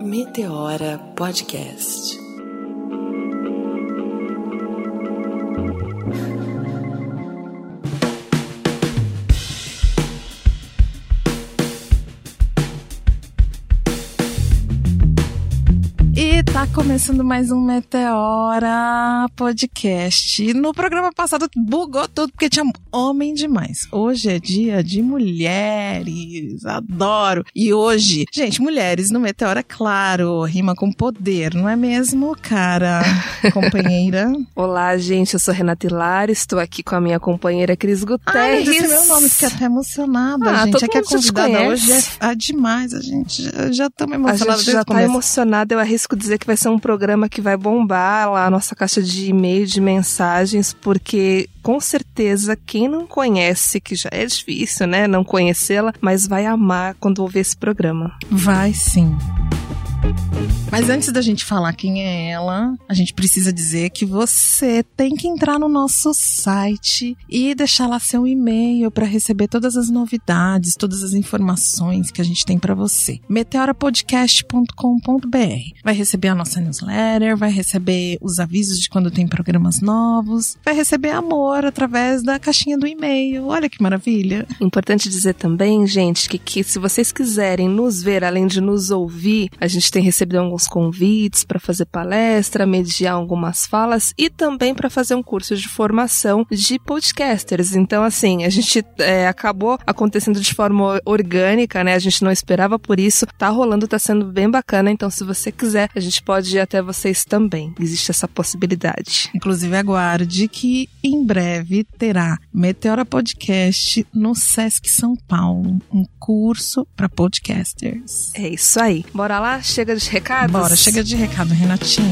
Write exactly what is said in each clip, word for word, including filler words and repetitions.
Meteora Podcast. E tá começando mais um Meteora Podcast. No programa passado bugou tudo porque tinha homem demais. Hoje é dia de mulheres, adoro. E hoje, gente, mulheres no Meteora, claro, rima com poder, não é mesmo, cara? Companheira. Olá, gente, eu sou Renata Hilário, estou aqui com a minha companheira Cris Guterres. Ai, disse meu nome, fiquei até emocionada, ah, gente. É que a convidada hoje é ah, demais, a gente já, já estamos emocionados. A gente já tá emocionada, eu arrisco dizer que vai ser um programa que vai bombar lá a nossa caixa de e-mail, de mensagens, porque com certeza quem não conhece, que já é difícil, né, não conhecê-la, mas vai amar quando ouvir esse programa. Vai sim. Mas antes da gente falar quem é ela, a gente precisa dizer que você tem que entrar no nosso site e deixar lá seu e-mail para receber todas as novidades, todas as informações que a gente tem para você. meteora podcast ponto com ponto b r. Vai receber a nossa newsletter, vai receber os avisos de quando tem programas novos, vai receber amor através da caixinha do e-mail. Olha que maravilha. Importante dizer também, gente, que, que se vocês quiserem nos ver, além de nos ouvir, a gente tem recebido alguns convites para fazer palestra, mediar algumas falas e também para fazer um curso de formação de podcasters. Então, assim, a gente é, acabou acontecendo de forma orgânica, né? A gente não esperava por isso. Tá rolando, tá sendo bem bacana. Então, se você quiser, a gente pode ir até vocês também. Existe essa possibilidade. Inclusive, aguarde que em breve terá Meteora Podcast no Sesc São Paulo, um curso para podcasters. É isso aí. Bora lá? Chega de recados? Bora, chega de recado, Renatinha.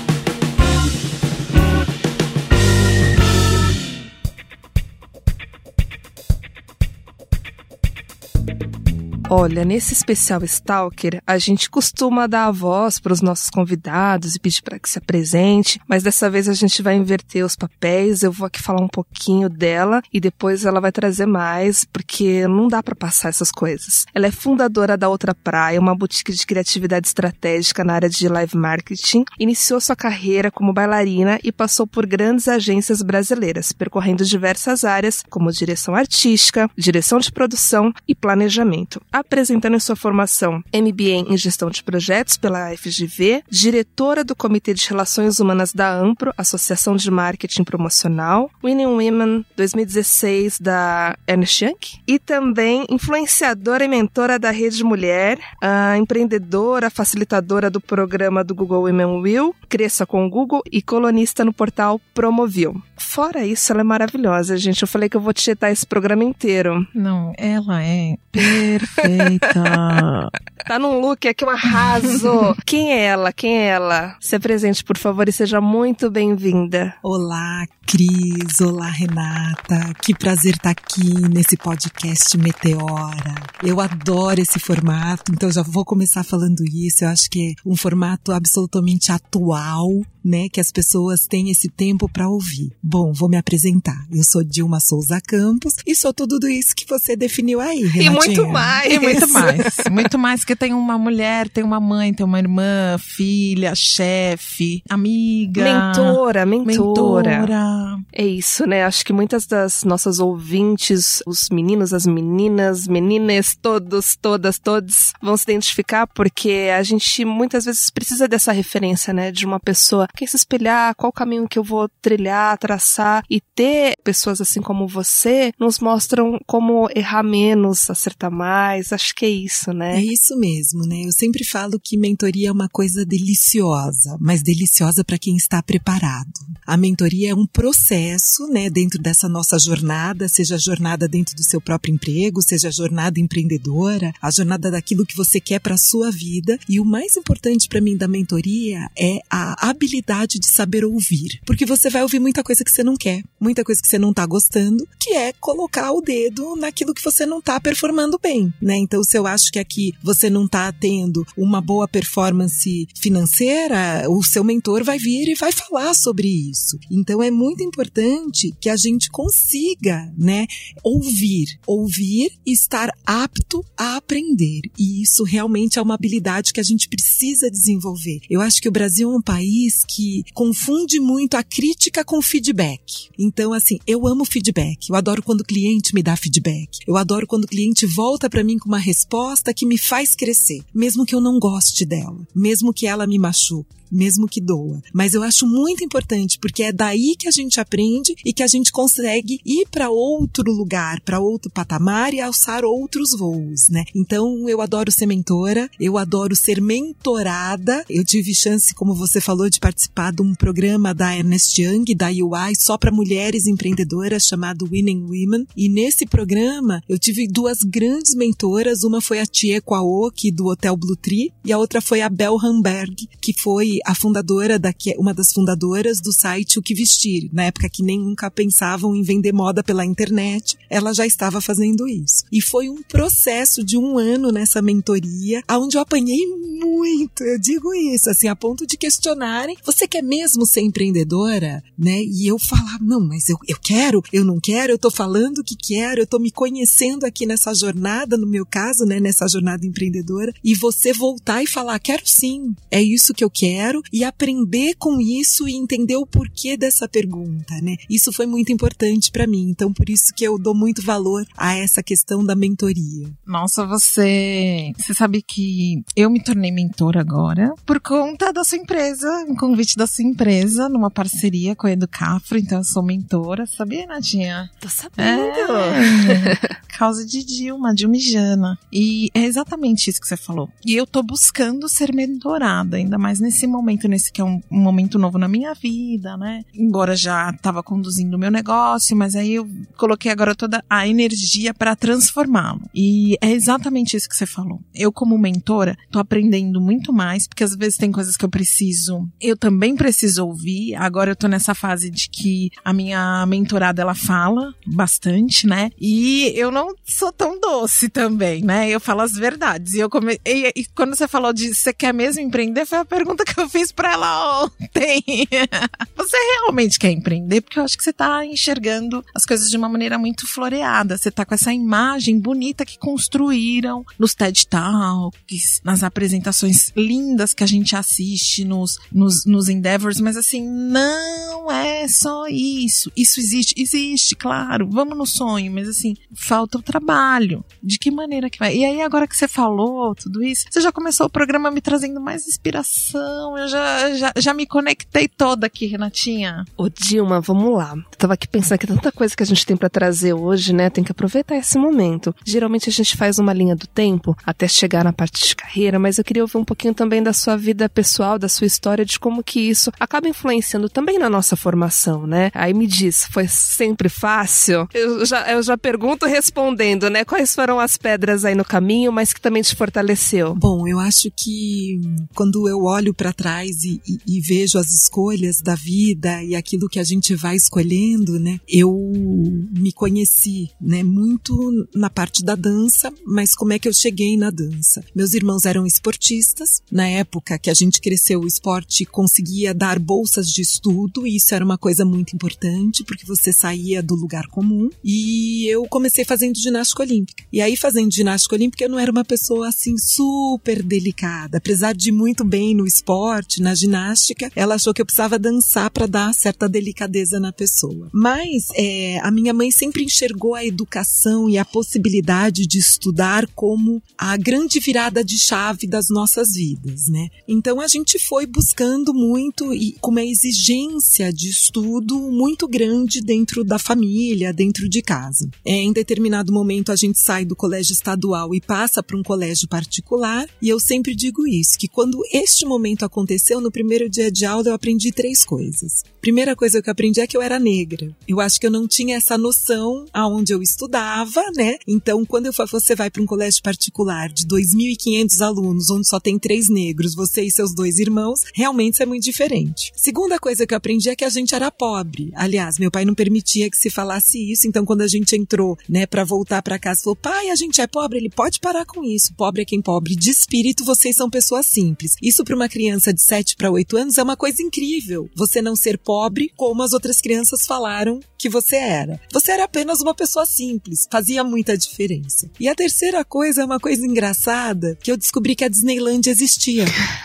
Olha, nesse especial Stalker, a gente costuma dar a voz para os nossos convidados e pedir para que se apresente, mas dessa vez a gente vai inverter os papéis. Eu vou aqui falar um pouquinho dela e depois ela vai trazer mais, porque não dá para passar essas coisas. Ela é fundadora da Outra Praia, uma boutique de criatividade estratégica na área de live marketing. Iniciou sua carreira como bailarina e passou por grandes agências brasileiras, percorrendo diversas áreas como direção artística, direção de produção e planejamento. Apresentando em sua formação M B A em Gestão de Projetos pela F G V, diretora do Comitê de Relações Humanas da AMPRO, Associação de Marketing Promocional, Winning Women dois mil e dezesseis da Ernst Young, e também influenciadora e mentora da Rede Mulher, a empreendedora, facilitadora do programa do Google Women Will, Cresça com o Google e colunista no portal Promovil. Fora isso, ela é maravilhosa, gente. Eu falei que eu vou tietar esse programa inteiro. Não, ela é perfeita. Tá num look aqui, um arraso. Quem é ela? Quem é ela? Se apresente, por favor, e seja muito bem-vinda. Olá, Cris. Olá, Renata. Que prazer estar aqui nesse podcast Meteora. Eu adoro esse formato, então já vou começar falando isso. Eu acho que é um formato absolutamente atual, né? Que as pessoas têm esse tempo para ouvir. Bom, vou me apresentar. Eu sou Dilma Souza Campos e sou tudo isso que você definiu aí, Renatinha. E muito mais. E muito mais. Muito mais, que tem uma mulher, tem uma mãe, tem uma irmã, filha, chefe, amiga. Mentora, mentora. Mentora. É isso, né? Acho que muitas das nossas ouvintes, os meninos, as meninas, meninas, todos, todas, todos, vão se identificar porque a gente muitas vezes precisa dessa referência, né? De uma pessoa que se espelhar, qual o caminho que eu vou trilhar, traçar, e ter pessoas assim como você nos mostram como errar menos, acertar mais. Acho que é isso, né? É isso mesmo, né? Eu sempre falo que mentoria é uma coisa deliciosa, mas deliciosa para quem está preparado. A mentoria é um processo, né, dentro dessa nossa jornada, seja a jornada dentro do seu próprio emprego, seja a jornada empreendedora, a jornada daquilo que você quer para a sua vida. E o mais importante para mim da mentoria é a habilidade de saber ouvir, porque você vai ouvir muita coisa que você não quer, muita coisa que você não tá gostando, que é colocar o dedo naquilo que você não tá performando bem, né? Então, se eu acho que aqui você não está tendo uma boa performance financeira, o seu mentor vai vir e vai falar sobre isso. Então é muito importante que a gente consiga, né, ouvir, ouvir e estar apto a aprender. E isso realmente é uma habilidade que a gente precisa desenvolver. Eu acho que o Brasil é um país que confunde muito a crítica com feedback. Então, assim, eu amo feedback. Eu adoro quando o cliente me dá feedback. Eu adoro quando o cliente volta para mim com uma resposta que me faz crescer, mesmo que eu não goste dela, mesmo que ela me machuque, mesmo que doa. Mas eu acho muito importante, porque é daí que a gente aprende e que a gente consegue ir para outro lugar, para outro patamar e alçar outros voos, né? Então, eu adoro ser mentora, eu adoro ser mentorada. Eu tive chance, como você falou, de participar de um programa da Ernst Young, da U I, só para mulheres empreendedoras, chamado Winning Women. E nesse programa, eu tive duas grandes mentoras. Uma foi a Tia Kwaoki, do Hotel Blue Tree, e a outra foi a Bel Hamberg, que foi a fundadora, da, uma das fundadoras do site O Que Vestir. Na época que nem nunca pensavam em vender moda pela internet, ela já estava fazendo isso. E foi um processo de um ano nessa mentoria, onde eu apanhei muito, eu digo isso, assim, a ponto de questionarem, você quer mesmo ser empreendedora? Né? E eu falar, não, mas eu, eu quero, eu não quero, eu tô falando que quero, eu tô me conhecendo aqui nessa jornada, no meu caso, né, nessa jornada empreendedora, e você voltar e falar, quero sim, é isso que eu quero, e aprender com isso e entender o porquê dessa pergunta, né? Isso foi muito importante para mim, então por isso que eu dou muito valor a essa questão da mentoria. Nossa, você... Você sabe que eu me tornei mentora agora por conta da sua empresa, um convite da sua empresa, numa parceria com a Educafro, então eu sou mentora, sabia, Nadinha? Tô sabendo! É, causa de Dilma, Dilma e Jana. E é exatamente isso que você falou. E eu tô buscando ser mentorada, ainda mais nesse momento, nesse que é um, um momento novo na minha vida, né? Embora já tava conduzindo o meu negócio, mas aí eu coloquei agora toda a energia para transformá-lo. E é exatamente isso que você falou. Eu, como mentora, tô aprendendo muito mais, porque às vezes tem coisas que eu preciso, eu também preciso ouvir. Agora eu tô nessa fase de que a minha mentorada, ela fala bastante, né? E eu não sou tão doce também, né? Eu falo as verdades. E, eu come... e, e quando você falou de você quer mesmo empreender, foi a pergunta que eu fiz pra ela ontem. Você realmente quer empreender? Porque eu acho que você tá enxergando as coisas de uma maneira muito floreada. Você tá com essa imagem bonita que construíram nos TED Talks, nas apresentações lindas que a gente assiste nos, nos, nos Endeavors, mas assim, não é só isso. Isso existe? Existe, claro. Vamos no sonho, mas assim, falta o trabalho. De que maneira que vai? E aí, agora que você falou tudo isso, você já começou o programa me trazendo mais inspiração. Eu já, já, já me conectei toda aqui, Renatinha. Ô, Dilma, vamos lá. Eu tava aqui pensando que tanta coisa que a gente tem pra trazer hoje, né? Tem que aproveitar esse momento. Geralmente a gente faz uma linha do tempo até chegar na parte de carreira, mas eu queria ouvir um pouquinho também da sua vida pessoal, da sua história, de como que isso acaba influenciando também na nossa formação, né? Aí me diz, foi sempre fácil? Eu já, eu já pergunto respondendo, né? Quais foram as pedras aí no caminho, mas que também te fortaleceu? Bom, eu acho que quando eu olho para trás e, e, e vejo as escolhas da vida e aquilo que a gente vai escolhendo, né? Eu me conheci, né? Muito na parte da dança, mas como é que eu cheguei na dança? Meus irmãos eram esportistas. Na época que a gente cresceu, o esporte conseguia dar bolsas de estudo, e isso era uma coisa muito importante, porque você saía do lugar comum. E eu comecei fazendo ginástica olímpica. E aí, fazendo ginástica olímpica, eu não era uma pessoa assim super delicada. Apesar de ir muito bem no esporte, na ginástica, ela achou que eu precisava dançar para dar certa delicadeza na pessoa. Mas é, a minha mãe sempre enxergou a educação e a possibilidade de estudar como a grande virada de chave das nossas vidas, né? Então a gente foi buscando muito e com uma exigência de estudo muito grande dentro da família, dentro de casa. É, em determinado momento a gente sai do colégio estadual e passa para um colégio particular, e eu sempre digo isso, que quando este momento acontece, aconteceu, no primeiro dia de aula eu aprendi três coisas. Primeira coisa que eu aprendi é que eu era negra. Eu acho que eu não tinha essa noção aonde eu estudava, né? Então, quando eu, você vai para um colégio particular de dois mil e quinhentos alunos, onde só tem três negros, você e seus dois irmãos, realmente isso é muito diferente. Segunda coisa que eu aprendi é que a gente era pobre. Aliás, meu pai não permitia que se falasse isso, então quando a gente entrou, né, para voltar para casa, falou, pai, a gente é pobre, ele pode parar com isso. Pobre é quem pobre de espírito, vocês são pessoas simples. Isso para uma criança de sete para oito anos é uma coisa incrível. Você não ser pobre como as outras crianças falaram que você era. Você era apenas uma pessoa simples. Fazia muita diferença. E a terceira coisa é uma coisa engraçada, que eu descobri que a Disneylândia existia.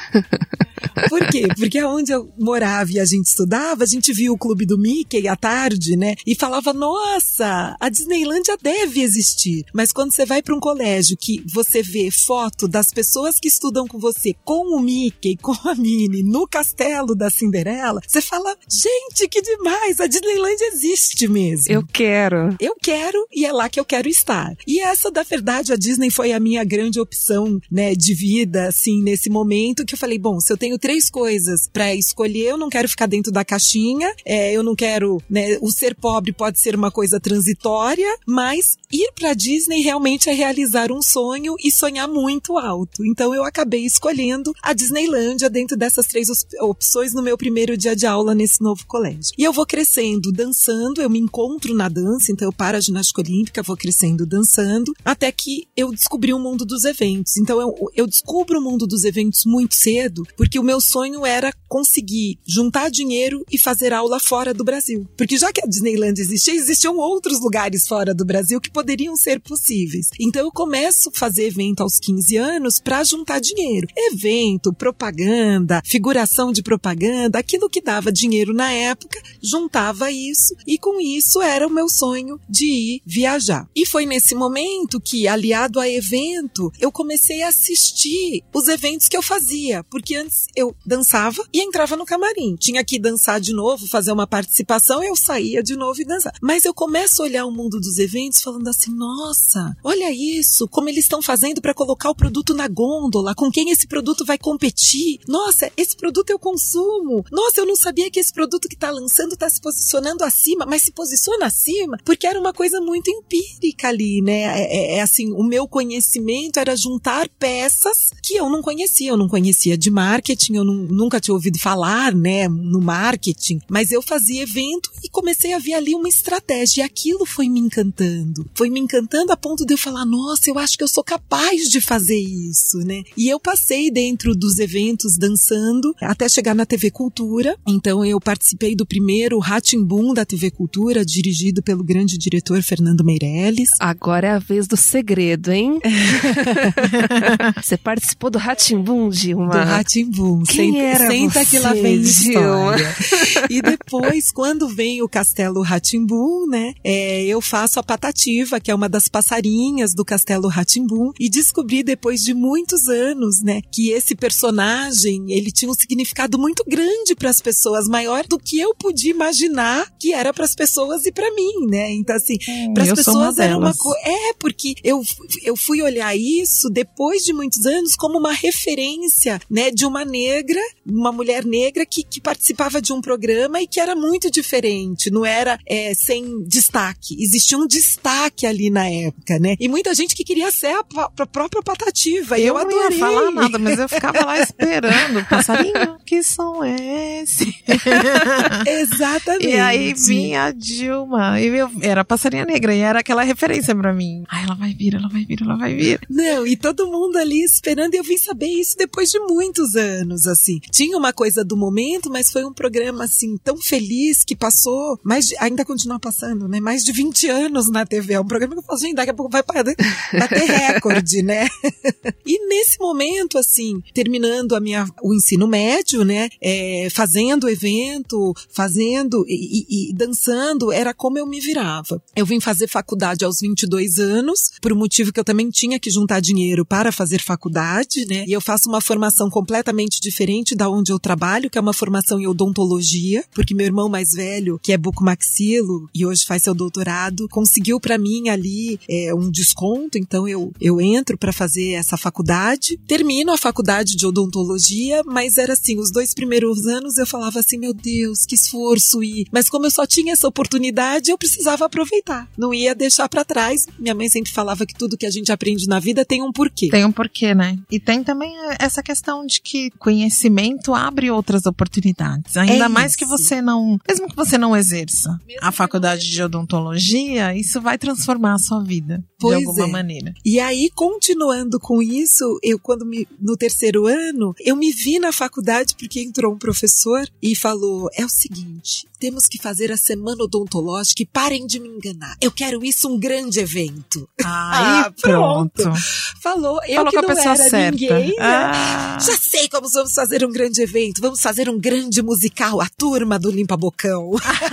Por quê? Porque onde eu morava e a gente estudava, a gente via o Clube do Mickey à tarde, né? E falava, nossa, a Disneylândia deve existir. Mas quando você vai para um colégio que você vê foto das pessoas que estudam com você, com o Mickey, com a Minnie, no castelo da Cinderela, você fala, gente, que demais, a Disneylândia existe mesmo. Eu quero. Eu quero e é lá que eu quero estar. E essa, da verdade, a Disney foi a minha grande opção, né, de vida, assim, nesse momento que eu falei, bom, se eu tenho três coisas pra escolher, eu não quero ficar dentro da caixinha, é, eu não quero, né, o ser pobre pode ser uma coisa transitória, mas ir pra Disney realmente é realizar um sonho e sonhar muito alto. Então eu acabei escolhendo a Disneylândia dentro dessas três opções no meu primeiro dia de aula nesse novo colégio. E eu vou crescendo dançando, eu me encontro na dança, então eu paro a ginástica olímpica, vou crescendo dançando, até que eu descobri o mundo dos eventos. Então eu, eu descubro o mundo dos eventos muito cedo, porque o meu sonho era conseguir juntar dinheiro e fazer aula fora do Brasil. Porque já que a Disneyland existia, existiam outros lugares fora do Brasil que poderiam ser possíveis. Então eu começo a fazer evento aos quinze anos para juntar dinheiro. Evento, propaganda, figuração de propaganda, aquilo que dava dinheiro na época, juntava isso e com isso era o meu sonho de ir viajar. E foi nesse momento que, aliado a evento, eu comecei a assistir os eventos que eu fazia, porque antes eu dançava e entrava no camarim. Tinha que dançar de novo, fazer uma participação, eu saía de novo e dançava. Mas eu começo a olhar o mundo dos eventos falando assim, nossa, olha isso, como eles estão fazendo para colocar o produto na gôndola, com quem esse produto vai competir. Nossa, esse produto eu consumo. Nossa, eu não sabia que esse produto que está lançando está se posicionando acima, mas se posiciona acima porque era uma coisa muito empírica ali, né? É, é, é assim, o meu conhecimento era juntar peças que eu não conhecia. Eu não conhecia de marketing, eu não, nunca tinha ouvido falar, né, no marketing, mas eu fazia evento e comecei a ver ali uma estratégia e aquilo foi me encantando. Foi me encantando a ponto de eu falar, nossa, eu acho que eu sou capaz de fazer isso, né? E eu passei dentro dos eventos dançando até chegar na T V Cultura. Então eu participei do primeiro Rá-Tim-Bum da T V Cultura, dirigido pelo grande diretor Fernando Meirelles. Agora é a vez do segredo, hein? Você participou do Rá-Tim-Bum, Dilma? Do Rá-Tim-Bum. Quem senta, era senta você, que lá vem Dilma? História. E depois, quando vem o Castelo Rá-Tim-Bum, né, é, eu faço a Patativa, que é uma das passarinhas do Castelo Rá-Tim-Bum, e descobri depois de muitos anos, né, que esse personagem, ele tinha um significado muito grande para as pessoas, maior do que eu podia imaginar que era para as pessoas e para mim, né? Então assim, hum, para as pessoas era uma coisa, é porque eu eu fui olhar isso depois de muitos anos como uma referência, né, de uma negra, uma mulher negra que, que participava de um programa e que era muito diferente, não era é, sem destaque, existia um destaque ali na época, né? E muita gente que queria ser a, a própria Patativa, eu, eu adorei. Eu não ia falar nada, mas eu ficava lá esperando, passarinho, que som é esse? Exatamente. E aí vinha a Dilma, e eu era a passarinha negra, e era aquela referência pra mim. Ai, ela vai vir, ela vai vir, ela vai vir. Não, e todo mundo ali esperando, e eu vim saber isso depois de muitos anos, assim. Tinha uma coisa do momento, mas foi um programa, assim, tão feliz que passou, mais de, ainda continua passando, né? Mais de vinte anos na T V. É um programa que eu falo, gente, daqui a pouco vai bater recorde, né? E nesse momento, assim, terminando a minha, o ensino médio, né? É, fazendo evento, fazendo e, e, e dançando, era como eu me virava. Eu vim fazer faculdade aos vinte e dois anos, por um motivo que eu também tinha que juntar dinheiro para fazer faculdade, né? E eu faço uma formação completamente diferente da onde eu trabalho, que é uma formação em odontologia, porque meu irmão mais velho, que é bucomaxilo e hoje faz seu doutorado, conseguiu para mim ali é, um desconto, então eu, eu entro para fazer essa faculdade, termino a faculdade de odontologia, mas era assim, os dois primeiros anos eu falava assim, meu Deus, que esforço, e... mas como eu só tinha essa oportunidade, eu precisava aproveitar, não ia deixar para trás. Minha mãe sempre falava que tudo que a gente aprende na vida tem um porquê. Tem um porquê, né? E tem também essa questão de que conhecimento abre outras oportunidades, ainda é mais isso. que você não, mesmo que você não exerça a faculdade de odontologia, isso vai transformar a sua vida pois de alguma é. maneira. E aí, continuando com isso, eu quando me, no terceiro ano, eu me vi na faculdade porque entrou um professor e falou, é o seguinte, temos que fazer a semana odontológica e parem de me enganar. Eu quero isso um grande evento. Aí, ah, pronto. pronto. Falou, eu Falou que com a não pessoa era certa. ninguém, né? Ah. Já sei como vamos fazer um grande evento. Vamos fazer um grande musical, a turma do Limpa Bocão.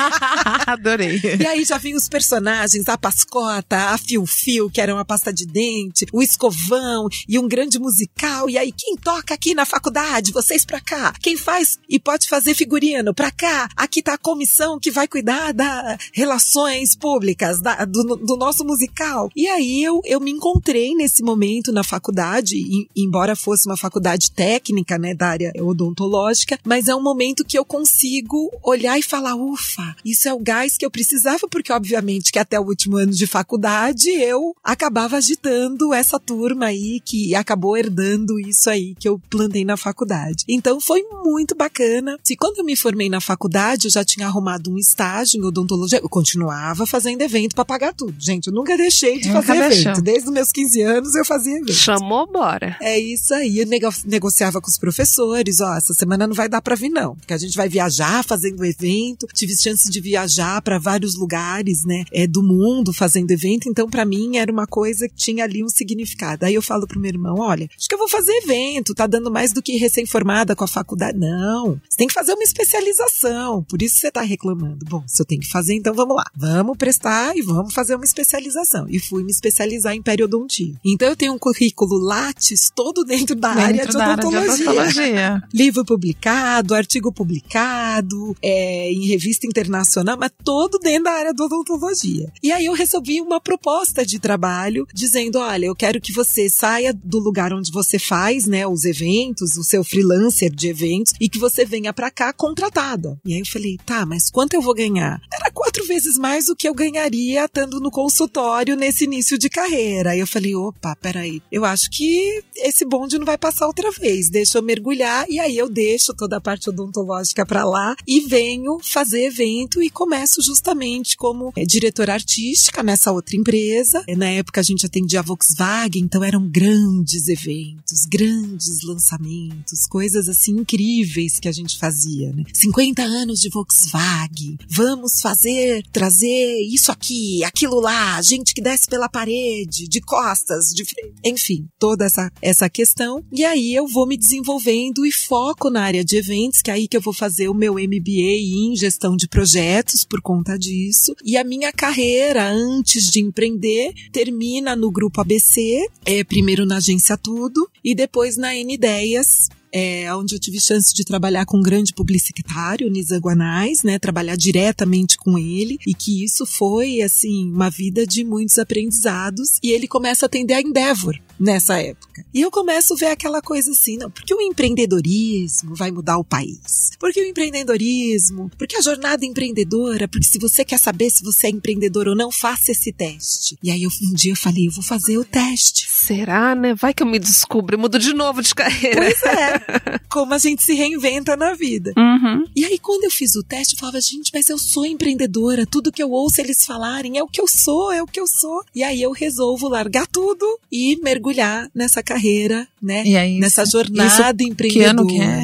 Adorei. E aí já vinham os personagens, a Pascota, a Fio-Fio, que era uma pasta de dente, o Escovão e um grande musical. E aí quem toca aqui na faculdade? Vocês pra cá. Quem faz e pode fazer figurino? Pra cá. Aqui tá a comissão que vai cuidar das relações públicas, da, do, do nosso musical. E aí eu, eu me encontrei nesse momento na faculdade, e, embora fosse uma faculdade técnica, né, da área odontológica, mas é um momento que eu consigo olhar e falar, ufa, isso é o gás que eu precisava, porque obviamente que até o último ano de faculdade eu acabava agitando essa turma aí que acabou herdando isso aí que eu plantei na faculdade. Então foi muito bacana. Se quando eu me formei na faculdade eu já tinha arrumado um estágio em odontologia, eu continuava fazendo evento pra pagar tudo. Gente, eu nunca deixei de Nunca fazer deixou. evento. Desde os meus quinze anos eu fazia evento. Chamou, bora. É isso aí, eu nego- negociava com os professores, ó, essa semana não vai dar pra vir não, porque a gente vai viajar fazendo evento, tive chance de viajar pra vários lugares, né, é, do mundo fazendo evento, então pra mim era uma coisa que tinha ali um significado. Aí eu falo pro meu irmão, olha, acho que eu vou fazer evento, tá dando mais do que recém-formada com a faculdade. Não, você tem que fazer uma especialização, por isso você tá reclamando. Bom, se eu tenho que fazer, então vamos lá, vamos prestar e vamos fazer uma especialização. E fui me especializar em periodontia. Então eu tenho um currículo Lattes todo dentro da Dentro área de da área de odontologia. odontologia. Livro publicado, artigo publicado, é, em revista internacional, mas todo dentro da área de odontologia. E aí eu recebi uma proposta de trabalho dizendo, olha, eu quero que você saia do lugar onde você faz, né, os eventos, o seu freelancer de eventos, e que você venha pra cá contratada. E aí eu falei, tá, mas quanto eu vou ganhar? Era quatro vezes mais do que eu ganharia estando no consultório nesse início de carreira. Aí eu falei, opa, peraí, eu acho que esse bonde não vai passar outra vez, deixa eu mergulhar, e aí eu deixo toda a parte odontológica pra lá e venho fazer evento e começo justamente como é, diretora artística nessa outra empresa. Na época a gente atendia a Volkswagen, então eram grandes eventos, grandes lançamentos, coisas assim incríveis que a gente fazia, né? cinquenta anos de Volkswagen, vamos fazer, trazer isso aqui, aquilo lá, gente que desce pela parede, de costas, de frente, enfim, toda essa, essa questão. E aí eu vou me desenvolvendo e foco na área de eventos, que é aí que eu vou fazer o meu M B A em gestão de projetos por conta disso. E a minha carreira, antes de empreender, termina no Grupo A B C, é, primeiro na Agência Tudo e depois na N Ideias, É, onde eu tive chance de trabalhar com um grande publicitário, Nizam Guanais, né, trabalhar diretamente com ele, e que isso foi, assim, uma vida de muitos aprendizados, e ele começa a atender a Endeavor nessa época. E eu começo a ver aquela coisa assim, não, porque o empreendedorismo vai mudar o país? Porque o empreendedorismo, porque a jornada empreendedora, porque se você quer saber se você é empreendedor ou não, faça esse teste. E aí eu, um dia eu falei, eu vou fazer o teste. Será, né? Vai que eu me descubro e mudo de novo de carreira. Pois é. Como a gente se reinventa na vida. Uhum. E aí, quando eu fiz o teste, eu falava, gente, mas eu sou empreendedora. Tudo que eu ouço eles falarem é o que eu sou, é o que eu sou. E aí, eu resolvo largar tudo e mergulhar nessa carreira, né? E aí, nessa isso- jornada isso, empreendedora. que ano que era?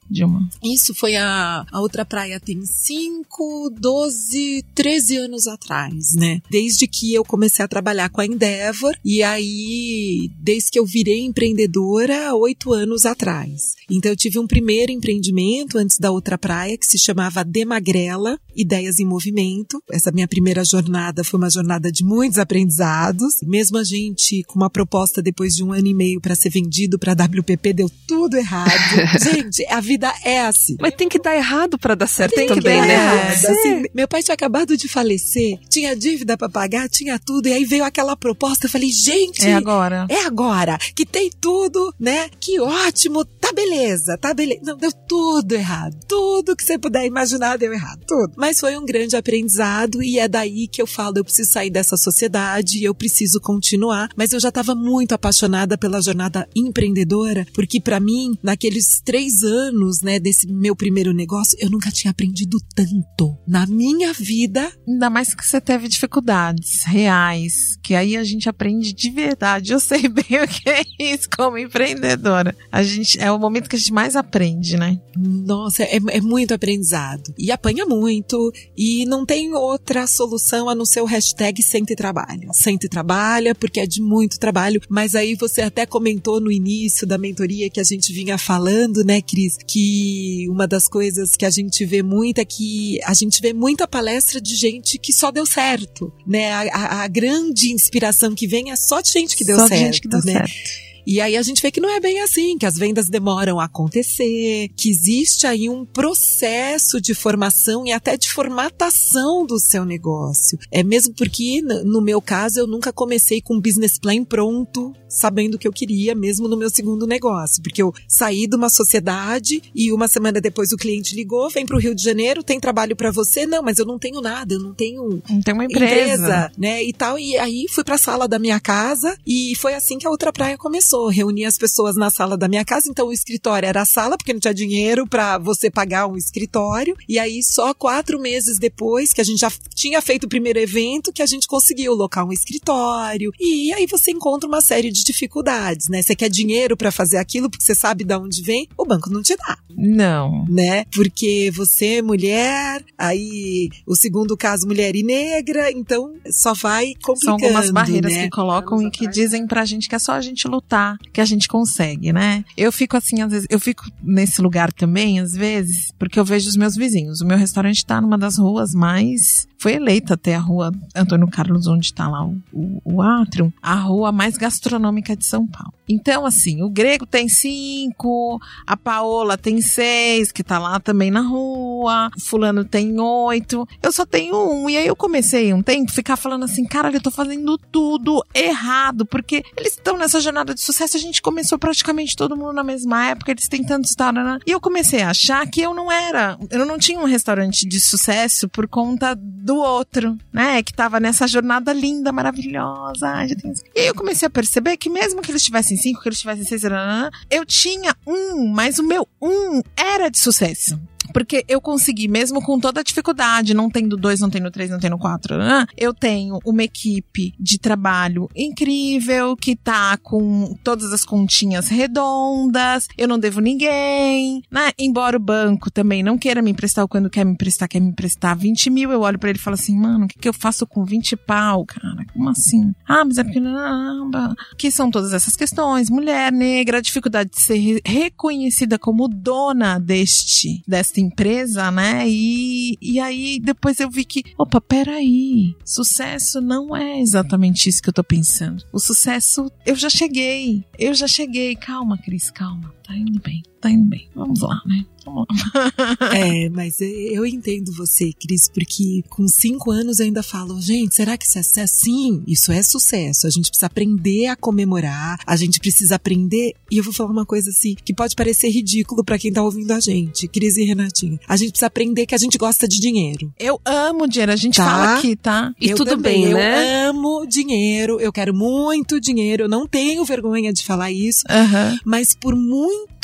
Dilma? Isso foi a, a outra praia tem cinco, doze, treze anos atrás, né? Desde que eu comecei a trabalhar com a Endeavor, e aí, desde que eu virei empreendedora, oito anos atrás. Então eu tive um primeiro empreendimento antes da outra praia, que se chamava Demagrela, Ideias em Movimento. Essa minha primeira jornada foi uma jornada de muitos aprendizados. Mesmo a gente com uma proposta depois de um ano e meio para ser vendido para a W P P, deu tudo errado. Gente, a vida é assim. Mas tem que dar errado pra dar certo tem também, que dar né? errado. Assim, meu pai tinha acabado de falecer, tinha dívida pra pagar, tinha tudo, e aí veio aquela proposta, eu falei, gente, É agora. é agora, que tem tudo, né? Que ótimo, tá beleza, tá beleza. Não, deu tudo errado. Tudo que você puder imaginar deu errado, tudo. Mas foi um grande aprendizado, e é daí que eu falo, eu preciso sair dessa sociedade, eu preciso continuar, mas eu já estava muito apaixonada pela jornada empreendedora, porque pra mim, naqueles três anos, né, desse meu primeiro negócio, eu nunca tinha aprendido tanto na minha vida. Ainda mais que você teve dificuldades reais, que aí a gente aprende de verdade. Eu sei bem o que é isso como empreendedora. A gente, é o momento que a gente mais aprende, né? Nossa, é, é muito aprendizado. E apanha muito, e não tem outra solução a não ser o hashtag Sente e Trabalha. Sente e Trabalha, porque é de muito trabalho, mas aí você até comentou no início da mentoria que a gente vinha falando, né, Cris, que uma das coisas que a gente vê muito é que a gente vê muita palestra de gente que só deu certo, né? A, a, a grande inspiração que vem é só de gente que deu Só de certo, gente que deu né? certo. E aí a gente vê que não é bem assim, que as vendas demoram a acontecer, que existe aí um processo de formação e até de formatação do seu negócio. É mesmo porque, no meu caso, eu nunca comecei com um business plan pronto, sabendo o que eu queria, mesmo no meu segundo negócio. Porque eu saí de uma sociedade e uma semana depois o cliente ligou, vem pro Rio de Janeiro, tem trabalho pra você? Não, mas eu não tenho nada, eu não tenho... Não tem uma empresa. empresa, né, e tal. E aí fui pra sala da minha casa e foi assim que a outra praia começou. Reuni as pessoas na sala da minha casa, então o escritório era a sala, porque não tinha dinheiro pra você pagar um escritório, e aí só quatro meses depois, que a gente já tinha feito o primeiro evento, que a gente conseguiu locar um escritório, e aí você encontra uma série de dificuldades, né? Você quer dinheiro pra fazer aquilo, porque você sabe de onde vem, o banco não te dá. Não. Né? Porque você é mulher, aí o segundo caso, mulher e negra, então só vai complicando. São algumas barreiras, né? que colocam e que dizem pra gente que é só a gente lutar, que a gente consegue, né? Eu fico assim, às vezes, eu fico nesse lugar também, às vezes, porque eu vejo os meus vizinhos. O meu restaurante tá numa das ruas mais... Foi eleita até a rua Antônio Carlos, onde tá lá o, o, o Atrium, a rua mais gastronômica de São Paulo. Então, assim, o Grego tem cinco, a Paola tem seis, que tá lá também na rua, o fulano tem oito, eu só tenho um. E aí eu comecei um tempo a ficar falando assim, cara, eu tô fazendo tudo errado, porque eles estão nessa jornada de sucesso, a gente começou praticamente todo mundo na mesma época, eles têm tantos estar, né? E eu comecei a achar que eu não era, eu não tinha um restaurante de sucesso por conta do outro, né? Que tava nessa jornada linda, maravilhosa. E aí eu comecei a perceber que mesmo que eles tivessem cinco, que eles tivessem seis, eu tinha um, mas o meu um era de sucesso. Porque eu consegui, mesmo com toda a dificuldade, não tendo dois, não tendo três, não tendo quatro, né? Eu tenho uma equipe de trabalho incrível, que tá com todas as continhas redondas, eu não devo ninguém, né? Embora o banco também não queira me emprestar, ou quando quer me emprestar, quer me emprestar vinte mil, eu olho pra ele e falo assim, mano, o que, que eu faço com vinte pau, cara? Como assim? Ah, mas é porque não, que são todas essas questões, mulher, negra, a dificuldade de ser re- reconhecida como dona deste, desta empresa, né? E, e aí depois eu vi que, opa, peraí, sucesso não é exatamente isso que eu tô pensando. O sucesso, eu já cheguei, eu já cheguei. Calma, Cris, calma, tá indo bem, tá indo bem. Vamos lá, né? Vamos lá. É, mas eu entendo você, Cris, porque com cinco anos eu ainda falo, gente, será que isso é sucesso? Sim, isso é sucesso. A gente precisa aprender a comemorar, a gente precisa aprender, e eu vou falar uma coisa assim, que pode parecer ridículo pra quem tá ouvindo a gente, Cris e Renatinha. A gente precisa aprender que a gente gosta de dinheiro. Eu amo dinheiro, a gente Tá. fala aqui, tá? E eu tudo também, bem, eu né? amo dinheiro, eu quero muito dinheiro, eu não tenho vergonha de falar isso, Aham. mas por muito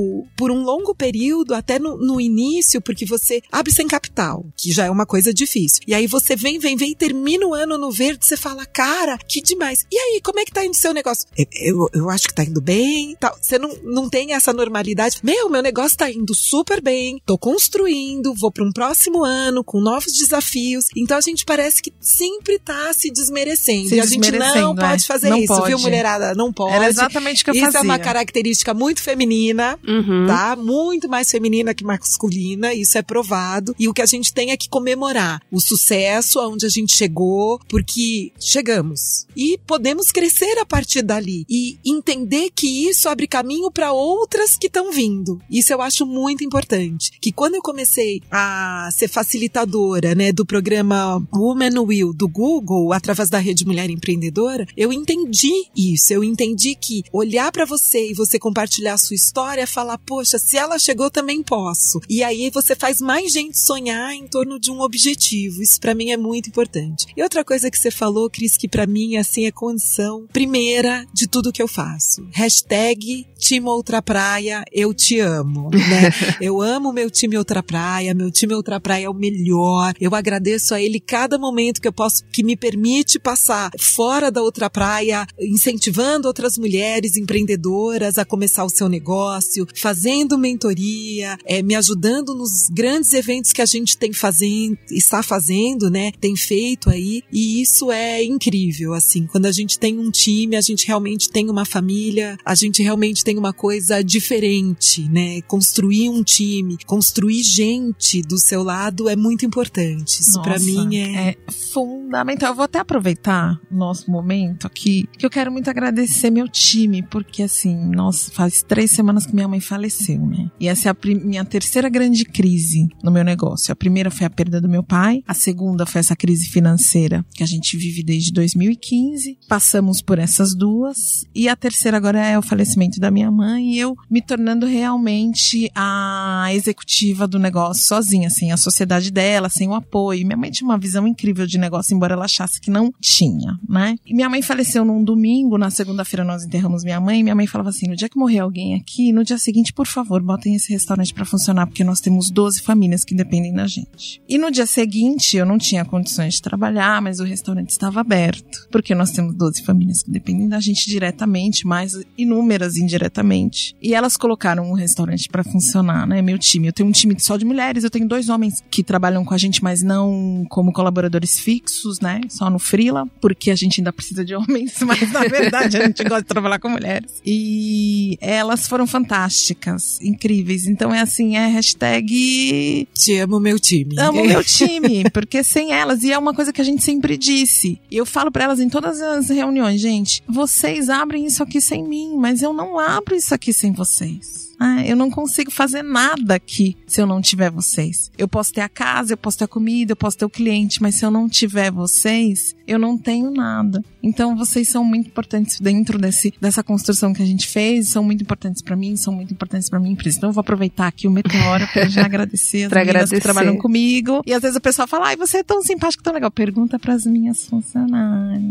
tempo, por um longo período, até no, no início, porque você abre sem capital, que já é uma coisa difícil. E aí você vem, vem, vem, termina o ano no verde, você fala, cara, que demais. E aí, como é que tá indo o seu negócio? Eu, eu, eu acho que tá indo bem, tal. Você não, não tem essa normalidade. Meu, meu negócio tá indo super bem, tô construindo, vou para um próximo ano, com novos desafios. Então a gente parece que sempre tá se desmerecendo. Se e a gente não é. pode fazer não isso, pode. viu, mulherada? Não pode. Era exatamente o que eu isso fazia. Isso é uma característica muito feminina, Uhum. tá? Muito mais feminina que masculina, isso é provado. E o que a gente tem é que comemorar o sucesso aonde a gente chegou, porque chegamos. E podemos crescer a partir dali. E entender que isso abre caminho para outras que estão vindo. Isso eu acho muito importante. Que quando eu comecei a ser facilitadora, né, do programa Woman Will do Google, através da Rede Mulher Empreendedora, eu entendi isso. Eu entendi que olhar para você e você compartilhar a sua história, falar, poxa, se ela chegou, também posso. E aí você faz mais gente sonhar em torno de um objetivo. Isso pra mim é muito importante. E outra coisa que você falou, Cris, que pra mim assim é condição primeira de tudo que eu faço. Hashtag Time Outra Praia, eu te amo, né? Eu amo meu time Outra Praia, meu time Outra Praia é o melhor. Eu agradeço a ele cada momento que eu posso, que me permite passar fora da Outra Praia, incentivando outras mulheres empreendedoras a começar o seu negócio, fazendo mentoria, é, me ajudando nos grandes eventos que a gente tem fazendo, está fazendo, né? Tem feito aí, e isso é incrível, assim, quando a gente tem um time, a gente realmente tem uma família, a gente realmente tem uma coisa diferente, né? Construir um time, construir gente do seu lado é muito importante. Isso pra mim é... é fundamental. Eu vou até aproveitar o nosso momento aqui, que eu quero muito agradecer meu time, porque assim, nossa, faz três semanas que minha mãe faleceu, né? E essa é a prim- minha terceira grande crise no meu negócio. A primeira foi a perda do meu pai, a segunda foi essa crise financeira que a gente vive desde dois mil e quinze. Passamos por essas duas, e a terceira agora é o falecimento da minha mãe, e eu me tornando realmente a executiva do negócio sozinha, assim, a sociedade dela, sem o apoio. Minha mãe tinha uma visão incrível de negócio, embora ela achasse que não tinha, né? E minha mãe faleceu num domingo, na segunda-feira nós enterramos minha mãe, e minha mãe falava assim, no dia que morrer alguém aqui, no dia seguinte, por favor, botem esse restaurante pra funcionar, porque nós temos doze famílias que dependem da gente. E no dia seguinte, eu não tinha condições de trabalhar, mas o restaurante estava aberto, porque nós temos doze famílias que dependem da gente diretamente, mais inúmeras indiretamente. E elas colocaram um restaurante pra funcionar, né? Meu time. Eu tenho um time só de mulheres, eu tenho dois homens que trabalham com a gente, mas não como colaboradores fixos, né? Só no freela, porque a gente ainda precisa de homens, mas na verdade a gente gosta de trabalhar com mulheres. E elas foram fantásticas, incríveis. Então é assim, é hashtag... Te amo meu time. Amo meu time, porque sem elas, e é uma coisa que a gente sempre disse, e eu falo pra elas em todas as reuniões, gente, vocês abrem isso aqui sem mim, mas eu não abro isso aqui sem vocês. Ah, eu não consigo fazer nada aqui se eu não tiver vocês. Eu posso ter a casa, eu posso ter a comida, eu posso ter o cliente, mas se eu não tiver vocês, eu não tenho nada. Então vocês são muito importantes dentro desse, dessa construção que a gente fez, são muito importantes pra mim, são muito importantes pra minha empresa. Então eu vou aproveitar aqui o Meteora pra já agradecer as pra meninas agradecer. que trabalham comigo. E às vezes o pessoal fala, ai, você é tão simpático, tão legal. Pergunta pras minhas funcionárias.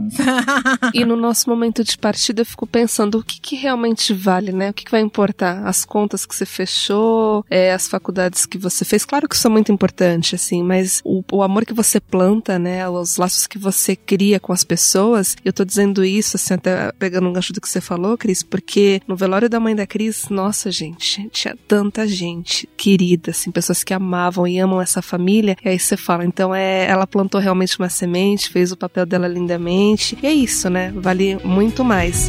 E no nosso momento de partida eu fico pensando o que, que realmente vale, né? O que, que vai importar? As contas que você fechou, é, as faculdades que você fez. Claro que isso é muito importante, assim, mas o, o amor que você planta, né? Os laços que você cria com as pessoas. Eu tô dizendo isso, assim, até pegando um gancho do que você falou, Cris, porque no velório da mãe da Cris, nossa, gente, tinha tanta gente querida, assim, pessoas que amavam e amam essa família. E aí você fala, então é, ela plantou realmente uma semente, fez o papel dela lindamente. E é isso, né? Vale muito mais.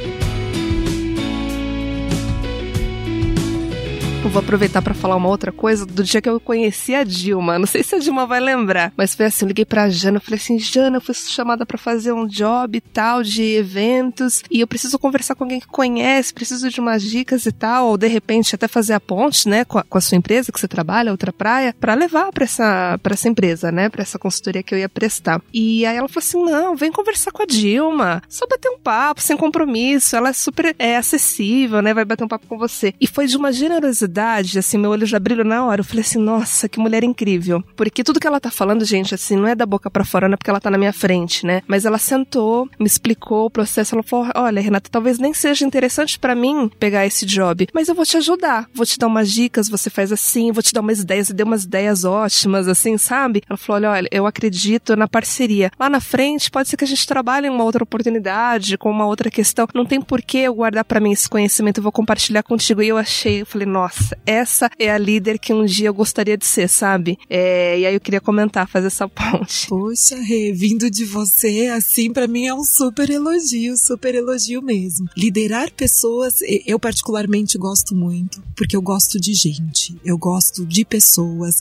Eu vou aproveitar pra falar uma outra coisa do dia que eu conheci a Dilma. Não sei se a Dilma vai lembrar, mas foi assim, eu liguei pra Jana, eu falei assim, Jana, eu fui chamada pra fazer um job e tal, de eventos, e eu preciso conversar com alguém que conhece, preciso de umas dicas e tal, ou de repente até fazer a ponte, né, com a, com a sua empresa que você trabalha, Outra Praia, pra levar pra essa, pra essa empresa, né, pra essa consultoria que eu ia prestar. E aí ela falou assim, não, vem conversar com a Dilma, só bater um papo, sem compromisso, ela é super é, acessível, né, vai bater um papo com você. E foi de uma generosidade verdade, assim, meu olho já brilhou na hora. Eu falei assim, nossa, que mulher incrível. Porque tudo que ela tá falando, gente, assim, não é da boca pra fora, não é porque ela tá na minha frente, né? Mas ela sentou, me explicou o processo, ela falou, olha, Renata, talvez nem seja interessante pra mim pegar esse job, mas eu vou te ajudar, vou te dar umas dicas, você faz assim, vou te dar umas ideias, você deu umas ideias ótimas, assim, sabe? Ela falou, olha, olha, eu acredito na parceria. Lá na frente, pode ser que a gente trabalhe em uma outra oportunidade, com uma outra questão, não tem por que eu guardar pra mim esse conhecimento, eu vou compartilhar contigo. E eu achei, eu falei, nossa, essa é a líder que um dia eu gostaria de ser, sabe? É, e aí eu queria comentar, fazer essa ponte. Poxa, Rê, vindo de você, assim, pra mim é um super elogio, super elogio mesmo. Liderar pessoas, eu particularmente gosto muito, porque eu gosto de gente, eu gosto de pessoas,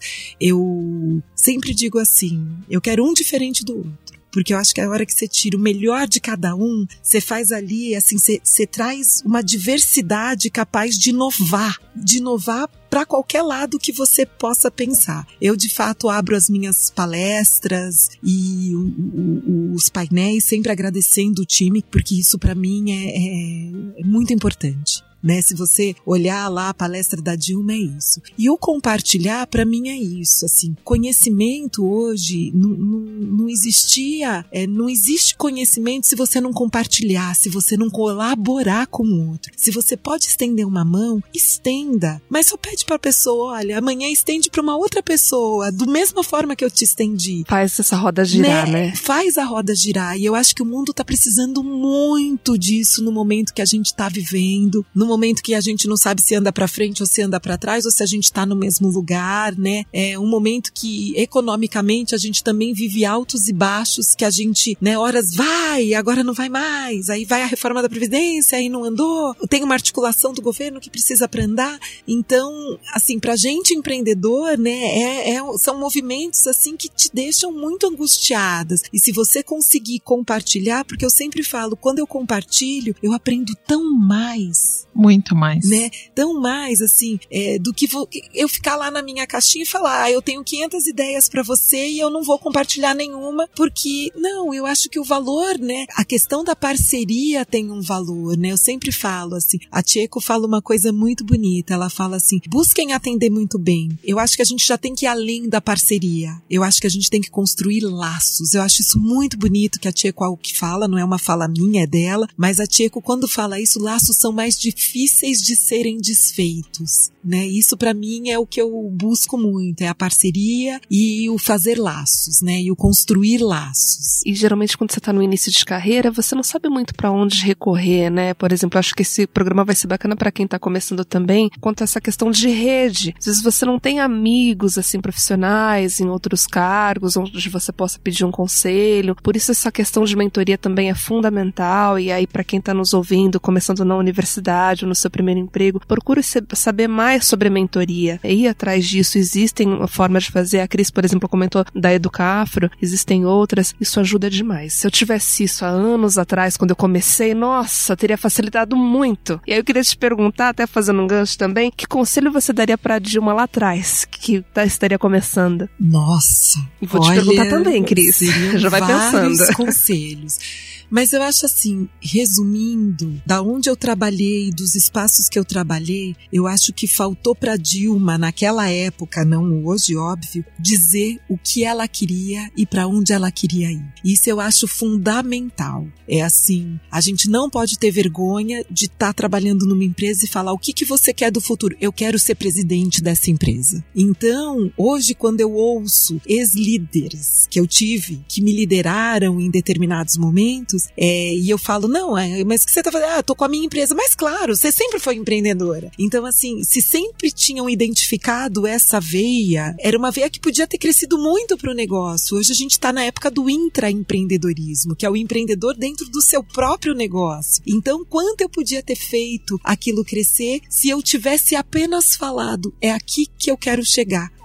eu sempre digo assim, eu quero um diferente do outro. Porque eu acho que a hora que você tira o melhor de cada um, você faz ali, assim, você, você traz uma diversidade capaz de inovar, de inovar para qualquer lado que você possa pensar. Eu, de fato, abro as minhas palestras e o, o, os painéis sempre agradecendo o time, porque isso para mim é, é, é muito importante. Né? Se você olhar lá a palestra da Dilma, é isso. E o compartilhar, para mim, é isso. Assim, conhecimento hoje não, não, não existia, é, não existe conhecimento se você não compartilhar, se você não colaborar com o outro. Se você pode estender uma mão, estenda. Mas só pede para a pessoa, olha, amanhã estende para uma outra pessoa, da mesma forma que eu te estendi. Faz essa roda girar, né? né? Faz a roda girar. E eu acho que o mundo tá precisando muito disso no momento que a gente tá vivendo, no momento que a gente não sabe se anda pra frente ou se anda pra trás, ou se a gente tá no mesmo lugar, né? É um momento que, economicamente, a gente também vive altos e baixos, que a gente, né, horas vai, agora não vai mais, aí vai a reforma da Previdência, aí não andou, tem uma articulação do governo que precisa pra andar. Então, assim, pra gente empreendedor, né, é, é, são movimentos, assim, que te deixam muito angustiadas. E se você conseguir compartilhar, porque eu sempre falo, quando eu compartilho, eu aprendo tão mais. Muito mais. Né? Tão mais, assim, é, do que vou, eu ficar lá na minha caixinha e falar, ah, eu tenho quinhentas ideias pra você e eu não vou compartilhar nenhuma, porque, não, eu acho que o valor, né, a questão da parceria tem um valor, né? Eu sempre falo, assim, a Tcheco fala uma coisa muito bonita, ela fala assim, busquem atender muito bem. Eu acho que a gente já tem que ir além da parceria. Eu acho que a gente tem que construir laços. Eu acho isso muito bonito que a Tcheco é o que fala, não é uma fala minha, é dela, mas a Tcheco, quando fala isso, laços são mais difíceis difíceis de serem desfeitos, né? Isso para mim é o que eu busco muito, é a parceria e o fazer laços, né? E o construir laços. E geralmente quando você tá no início de carreira, você não sabe muito para onde recorrer, né? Por exemplo, acho que esse programa vai ser bacana para quem tá começando também, quanto a essa questão de rede. Às vezes você não tem amigos, assim, profissionais em outros cargos, onde você possa pedir um conselho. Por isso essa questão de mentoria também é fundamental. E aí para quem tá nos ouvindo, começando na universidade, no seu primeiro emprego, procure saber mais sobre a mentoria, ir atrás disso. Existem formas de fazer, a Cris, por exemplo, comentou da Educafro, existem outras, isso ajuda demais. Se eu tivesse isso há anos atrás, quando eu comecei, nossa, teria facilitado muito. E aí eu queria te perguntar, até fazendo um gancho também, que conselho você daria pra Dilma lá atrás, que tá, estaria começando? Nossa! E vou olha, te perguntar também, Cris, já vai pensando. Vários conselhos. Mas eu acho assim, resumindo, da onde eu trabalhei, dos espaços que eu trabalhei, eu acho que faltou para Dilma, naquela época, não hoje, óbvio, dizer o que ela queria e para onde ela queria ir. Isso eu acho fundamental. É assim, a gente não pode ter vergonha de estar tá trabalhando numa empresa e falar o que, que você quer do futuro. Eu quero ser presidente dessa empresa. Então, hoje, quando eu ouço ex-líderes que eu tive, que me lideraram em determinados momentos, É, e eu falo, não, é, mas o que você tá fazendo? Ah, tô com a minha empresa. Mas claro, você sempre foi empreendedora. Então, assim, se sempre tinham identificado essa veia, era uma veia que podia ter crescido muito pro negócio. Hoje a gente tá na época do intraempreendedorismo, que é o empreendedor dentro do seu próprio negócio. Então, quanto eu podia ter feito aquilo crescer se eu tivesse apenas falado, é aqui que eu quero chegar.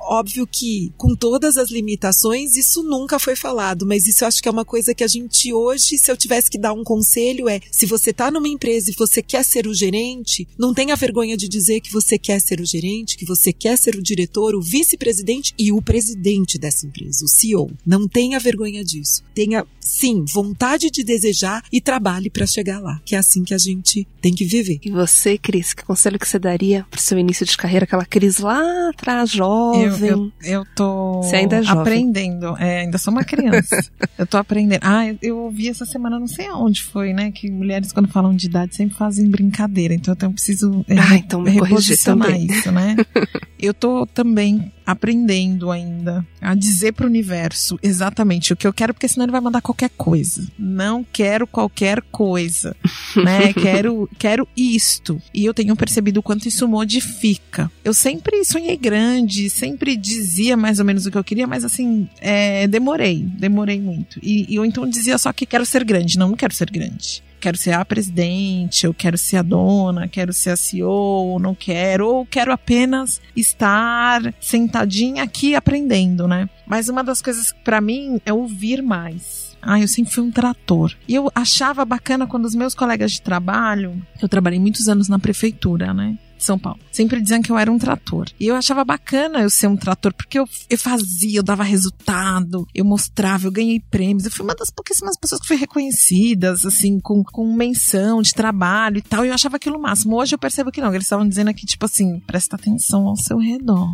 óbvio que com todas as limitações, isso nunca foi falado, mas isso eu acho que é uma coisa que a gente hoje, se eu tivesse que dar um conselho, é, se você tá numa empresa e você quer ser o gerente, não tenha vergonha de dizer que você quer ser o gerente, que você quer ser o diretor, o vice-presidente e o presidente dessa empresa, o C E O. Não tenha vergonha disso. Tenha, sim, vontade de desejar e trabalhe para chegar lá, que é assim que a gente tem que viver. E você, Cris, que conselho que você daria pro seu início de carreira, aquela Cris lá atrás, jovem? Eu, eu, eu tô você ainda é jovem. Aprendendo, é, ainda sou uma criança. Eu tô aprendendo. Ah, eu, eu ouvi essa semana, não sei aonde foi, né, que mulheres quando falam de idade sempre fazem brincadeira, então eu preciso é, ah, então me reposicionar também. isso, né? Eu tô também aprendendo ainda a dizer pro universo exatamente o que eu quero, porque senão ele vai mandar qualquer coisa. Não quero qualquer coisa, né? Quero, quero isto. E eu tenho percebido o quanto isso modifica. Eu sempre sonhei grande, sempre dizia mais ou menos o que eu queria, mas assim, é, demorei, demorei muito. E, e eu então dizia só que quero ser grande. Não, não quero ser grande. Quero ser a presidente, eu quero ser a dona, quero ser a C E O, não quero, ou quero apenas estar sentadinha aqui aprendendo, né? Mas uma das coisas pra mim é ouvir mais. Ah, eu sempre fui um trator. E eu achava bacana quando os meus colegas de trabalho, eu trabalhei muitos anos na prefeitura, né? São Paulo. Sempre diziam que eu era um trator. E eu achava bacana eu ser um trator, porque eu, eu fazia, eu dava resultado, eu mostrava, eu ganhei prêmios. Eu fui uma das pouquíssimas pessoas que foi reconhecidas, assim, com, com menção de trabalho e tal. E eu achava aquilo o máximo. Hoje eu percebo que não. Eles estavam dizendo aqui, tipo assim, presta atenção ao seu redor.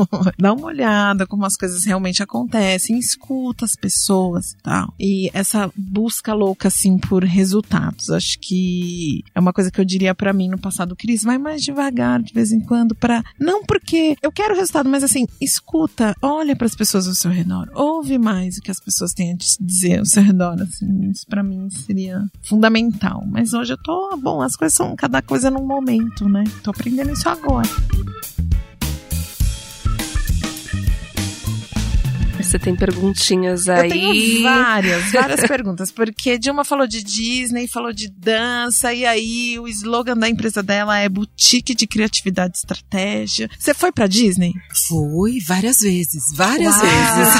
Dá uma olhada como as coisas realmente acontecem. Escuta as pessoas e tal. E essa busca louca, assim, por resultados. Acho que é uma coisa que eu diria pra mim no passado. Cris, vai mais devagar de vez em quando, para não porque eu quero resultado, mas assim, escuta, olha para as pessoas ao seu redor, ouve mais o que as pessoas têm a te dizer ao seu redor, assim, isso para mim seria fundamental. Mas hoje eu tô, bom, as coisas são cada coisa num momento, né? Tô aprendendo isso agora. Você tem perguntinhas aí? Eu tenho várias, várias perguntas, porque Dilma falou de Disney, falou de dança, e aí o slogan da empresa dela é Boutique de Criatividade e Estratégia. Você foi pra Disney? Foi, várias vezes, várias Uau.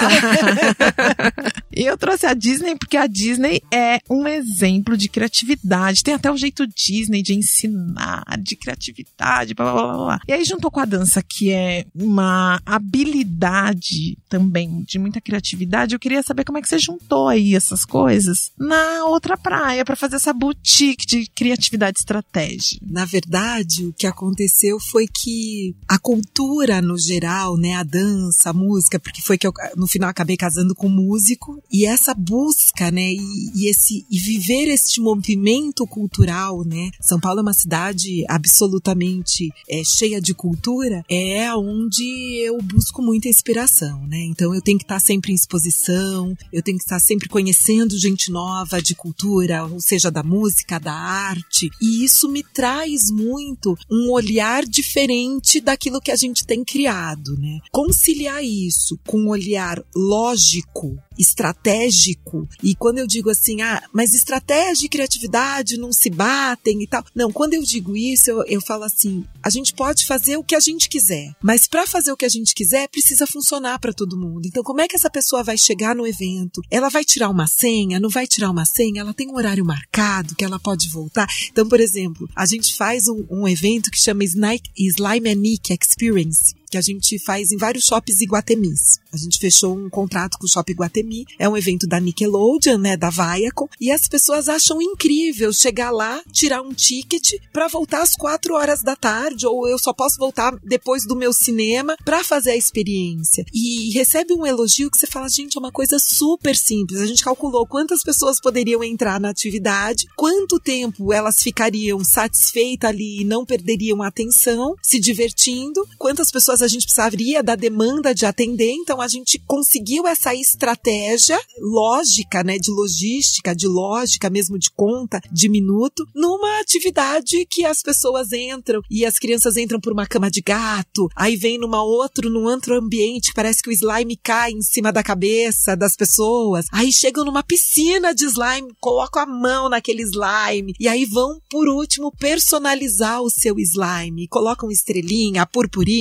vezes. E eu trouxe a Disney porque a Disney é um exemplo de criatividade, tem até o jeito Disney de ensinar, de criatividade, blá, blá, blá, blá. E aí juntou com a dança, que é uma habilidade também de muita criatividade, eu queria saber como é que você juntou aí essas coisas na outra praia para fazer essa boutique de criatividade e estratégia. Na verdade, o que aconteceu foi que a cultura no geral, né, a dança, a música, porque foi que eu no final acabei casando com um músico, e essa busca, né, e, e esse e viver este movimento cultural, né, São Paulo é uma cidade absolutamente é, cheia de cultura, é onde eu busco muita inspiração, né, então eu tenho que estar sempre em exposição, eu tenho que estar sempre conhecendo gente nova de cultura, ou seja, da música, da arte, e isso me traz muito um olhar diferente daquilo que a gente tem criado, né? Conciliar isso com um olhar lógico, estratégico, e quando eu digo assim, ah, mas estratégia e criatividade não se batem e tal, não, quando eu digo isso, eu, eu falo assim, a gente pode fazer o que a gente quiser, mas para fazer o que a gente quiser, precisa funcionar para todo mundo. Então, como é que essa pessoa vai chegar no evento? Ela vai tirar uma senha? Não vai tirar uma senha? Ela tem um horário marcado que ela pode voltar? Então, por exemplo, a gente faz um, um evento que chama Slime and Nick Experience, que a gente faz em vários shoppings iguatemis. A gente fechou um contrato com o Shopping Iguatemi, é um evento da Nickelodeon, né, da Viacom, e as pessoas acham incrível chegar lá, tirar um ticket para voltar às quatro horas da tarde, ou eu só posso voltar depois do meu cinema para fazer a experiência. E recebe um elogio que você fala, gente, é uma coisa super simples. A gente calculou quantas pessoas poderiam entrar na atividade, quanto tempo elas ficariam satisfeitas ali e não perderiam a atenção, se divertindo, quantas pessoas a gente precisaria da demanda de atender. Então a gente conseguiu essa estratégia lógica, né, de logística, de lógica mesmo, de conta, de minuto, numa atividade que as pessoas entram e as crianças entram por uma cama de gato, aí vem numa outro, num outro ambiente, parece que o slime cai em cima da cabeça das pessoas, aí chegam numa piscina de slime, colocam a mão naquele slime, e aí vão, por último, personalizar o seu slime, colocam estrelinha, a purpurina, e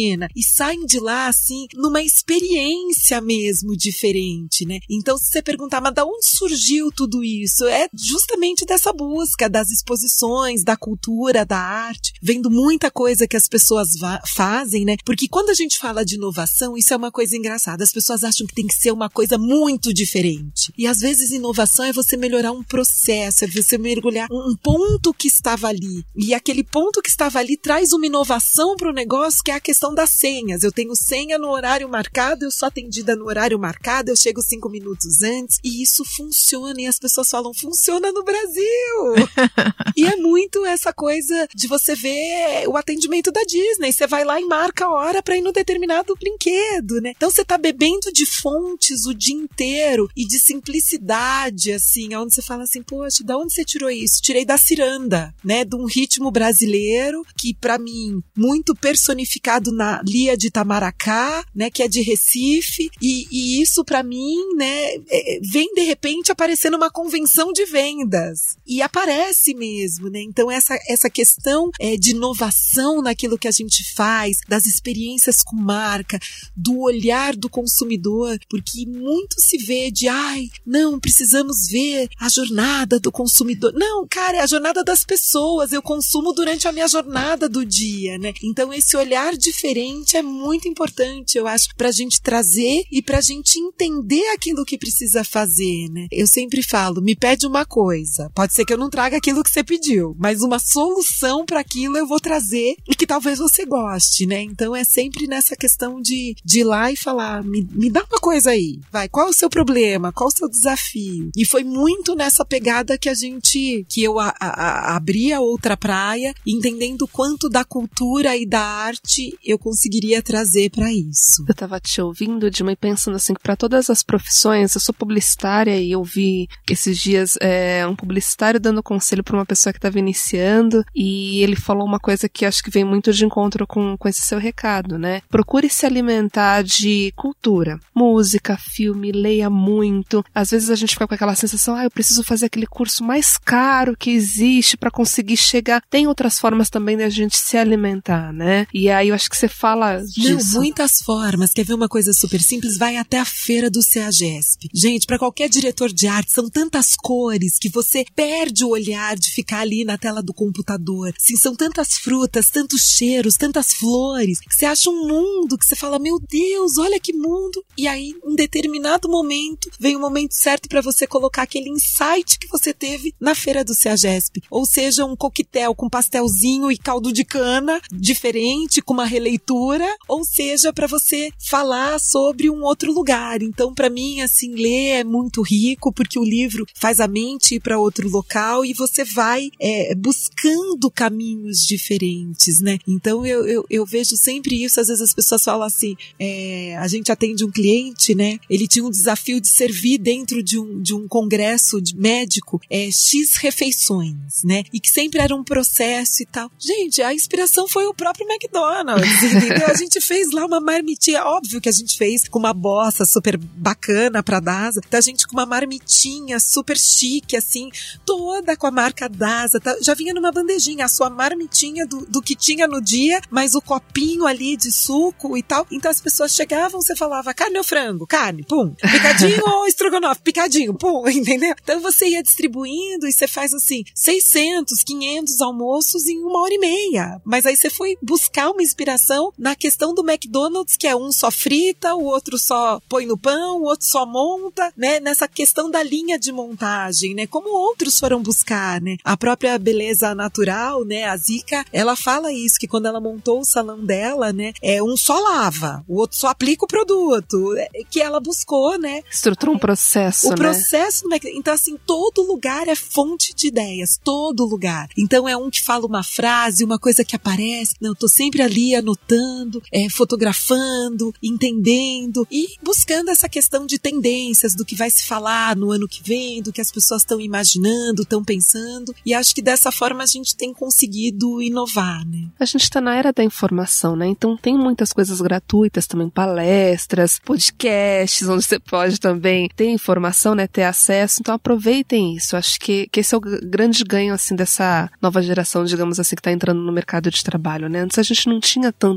saem de lá, assim, numa experiência mesmo diferente, né? Então, se você perguntar, mas da onde surgiu tudo isso? É justamente dessa busca das exposições, da cultura, da arte, vendo muita coisa que as pessoas fazem, né? Porque quando a gente fala de inovação, isso é uma coisa engraçada. As pessoas acham que tem que ser uma coisa muito diferente. E às vezes inovação é você melhorar um processo, é você mergulhar um ponto que estava ali. E aquele ponto que estava ali traz uma inovação para o negócio, que é a questão das senhas. Eu tenho senha no horário marcado, eu sou atendida no horário marcado, eu chego cinco minutos antes, e isso funciona. E as pessoas falam, funciona no Brasil! E é muito essa coisa de você ver o atendimento da Disney. Você vai lá e marca a hora para ir no determinado brinquedo, né? Então você tá bebendo de fontes o dia inteiro e de simplicidade, assim, onde você fala assim, poxa, da onde você tirou isso? Tirei da ciranda, né? De um ritmo brasileiro que, para mim, muito personificado na Lia de Itamaracá, né? Que é de Recife. E, e isso, para mim, né? É, vem, de repente, aparecer numa convenção de vendas. E aparece mesmo, né? Então, essa, essa questão é, de inovação naquilo que a gente faz, das experiências com marca, do olhar do consumidor, porque muito se vê de, ai, não, precisamos ver a jornada do consumidor. Não, cara, é a jornada das pessoas, eu consumo durante a minha jornada do dia, né? Então esse olhar diferente é muito importante, eu acho, pra gente trazer e pra gente entender aquilo que precisa fazer, né? Eu sempre falo, me pede uma coisa, pode ser que eu não traga aquilo que você pediu, mas uma solução para aquilo eu vou trazer e que talvez você goste, né? Então é sempre nessa questão de, de ir lá e falar, me, me dá uma coisa aí, vai, qual é o seu problema, qual é o seu desafio? E foi muito nessa pegada que a gente, que eu a, a, a abri a outra praia, entendendo quanto da cultura e da arte eu conseguiria trazer para isso. Eu tava te ouvindo, Dilma, e pensando assim, que para todas as profissões, eu sou publicitária e eu vi esses dias é, um publicitário dando conselho para uma pessoa que estava iniciando, e ele falou uma coisa que acho que vem muito de encontro com, com esse seu recado, né? Procure se alimentar de cultura, música, filme, leia muito. Às vezes a gente fica com aquela sensação, ah, eu preciso fazer aquele curso mais caro que existe para conseguir chegar. Tem outras formas também da gente se alimentar, né? E aí eu acho que você fala disso. Não, muitas formas. Quer ver uma coisa super simples? Vai até a feira do CEAGESP. Gente, para qualquer diretor de arte, são tantas cores que você perde o olhar de ficar ali na tela do computador. Sim, são tantas frutas, tantos cheiros, tantas flores, que você acha um mundo que você fala, meu Deus, olha que mundo. E aí, em determinado momento, vem o momento certo para você colocar aquele insight que você teve na feira do CEAGESP. Ou seja, um coquetel com pastelzinho e caldo de cana diferente, com uma releitura, ou seja, para você falar sobre um outro lugar. Então, para mim, assim, ler é muito rico, porque o livro faz a mente ir para outro local e você vai é, buscando caminhos diferentes, né? Então, eu, eu, eu vejo sempre isso. Às vezes as pessoas falam assim, é, a gente atende um cliente, né? Ele tinha um desafio de servir dentro de um, de um congresso de médico é, X refeições, né? E que sempre era um processo e tal. Gente, a inspiração foi o próprio McDonald's, entendeu? A gente fez lá uma marmitinha, óbvio que a gente fez com uma bossa super bacana pra DASA, então a gente com uma marmitinha super chique, assim, toda com a marca DASA, tá? Já vinha numa bandejinha, a sua marmitinha do, do que tinha no dia, mas o copinho ali de suco e tal. Então as pessoas chegavam, você falava, carne ou frango? Carne, pum. Picadinho ou estrogonofe? Picadinho, pum, entendeu? Então você ia distribuindo e você faz assim, seiscentos, quinhentos almoços em uma hora e meia. Mas aí você foi buscar uma inspiração na questão do McDonald's, que é um só frita, o outro só põe no pão, o outro só monta, né? Nessa questão da linha de montagem, né? Como outros foram buscar, né? A própria Beleza Natural, né? A Zica, ela fala isso, que quando ela montou o salão dela, né? É um só lava, o outro só aplica o produto, que ela buscou, né? Estruturou um processo, o né? processo, então assim, todo lugar é fonte de ideias, todo lugar. Então é um que fala uma frase, uma coisa que aparece, não, eu tô sempre ali anotando, é, fotografando, entendendo e buscando essa questão de tendências, do que vai se falar no ano que vem, do que as pessoas estão imaginando, estão pensando, e acho que dessa forma a gente tem conseguido inovar, né? A gente está na era da informação, né? Então tem muitas coisas gratuitas também, palestras, podcasts, onde você pode também ter informação, né? Ter acesso. Então aproveitem isso. Acho que, que esse é o grande ganho, assim, dessa nova geração, digamos assim, que está entrando no mercado de trabalho, né? Antes a gente não tinha tanta informação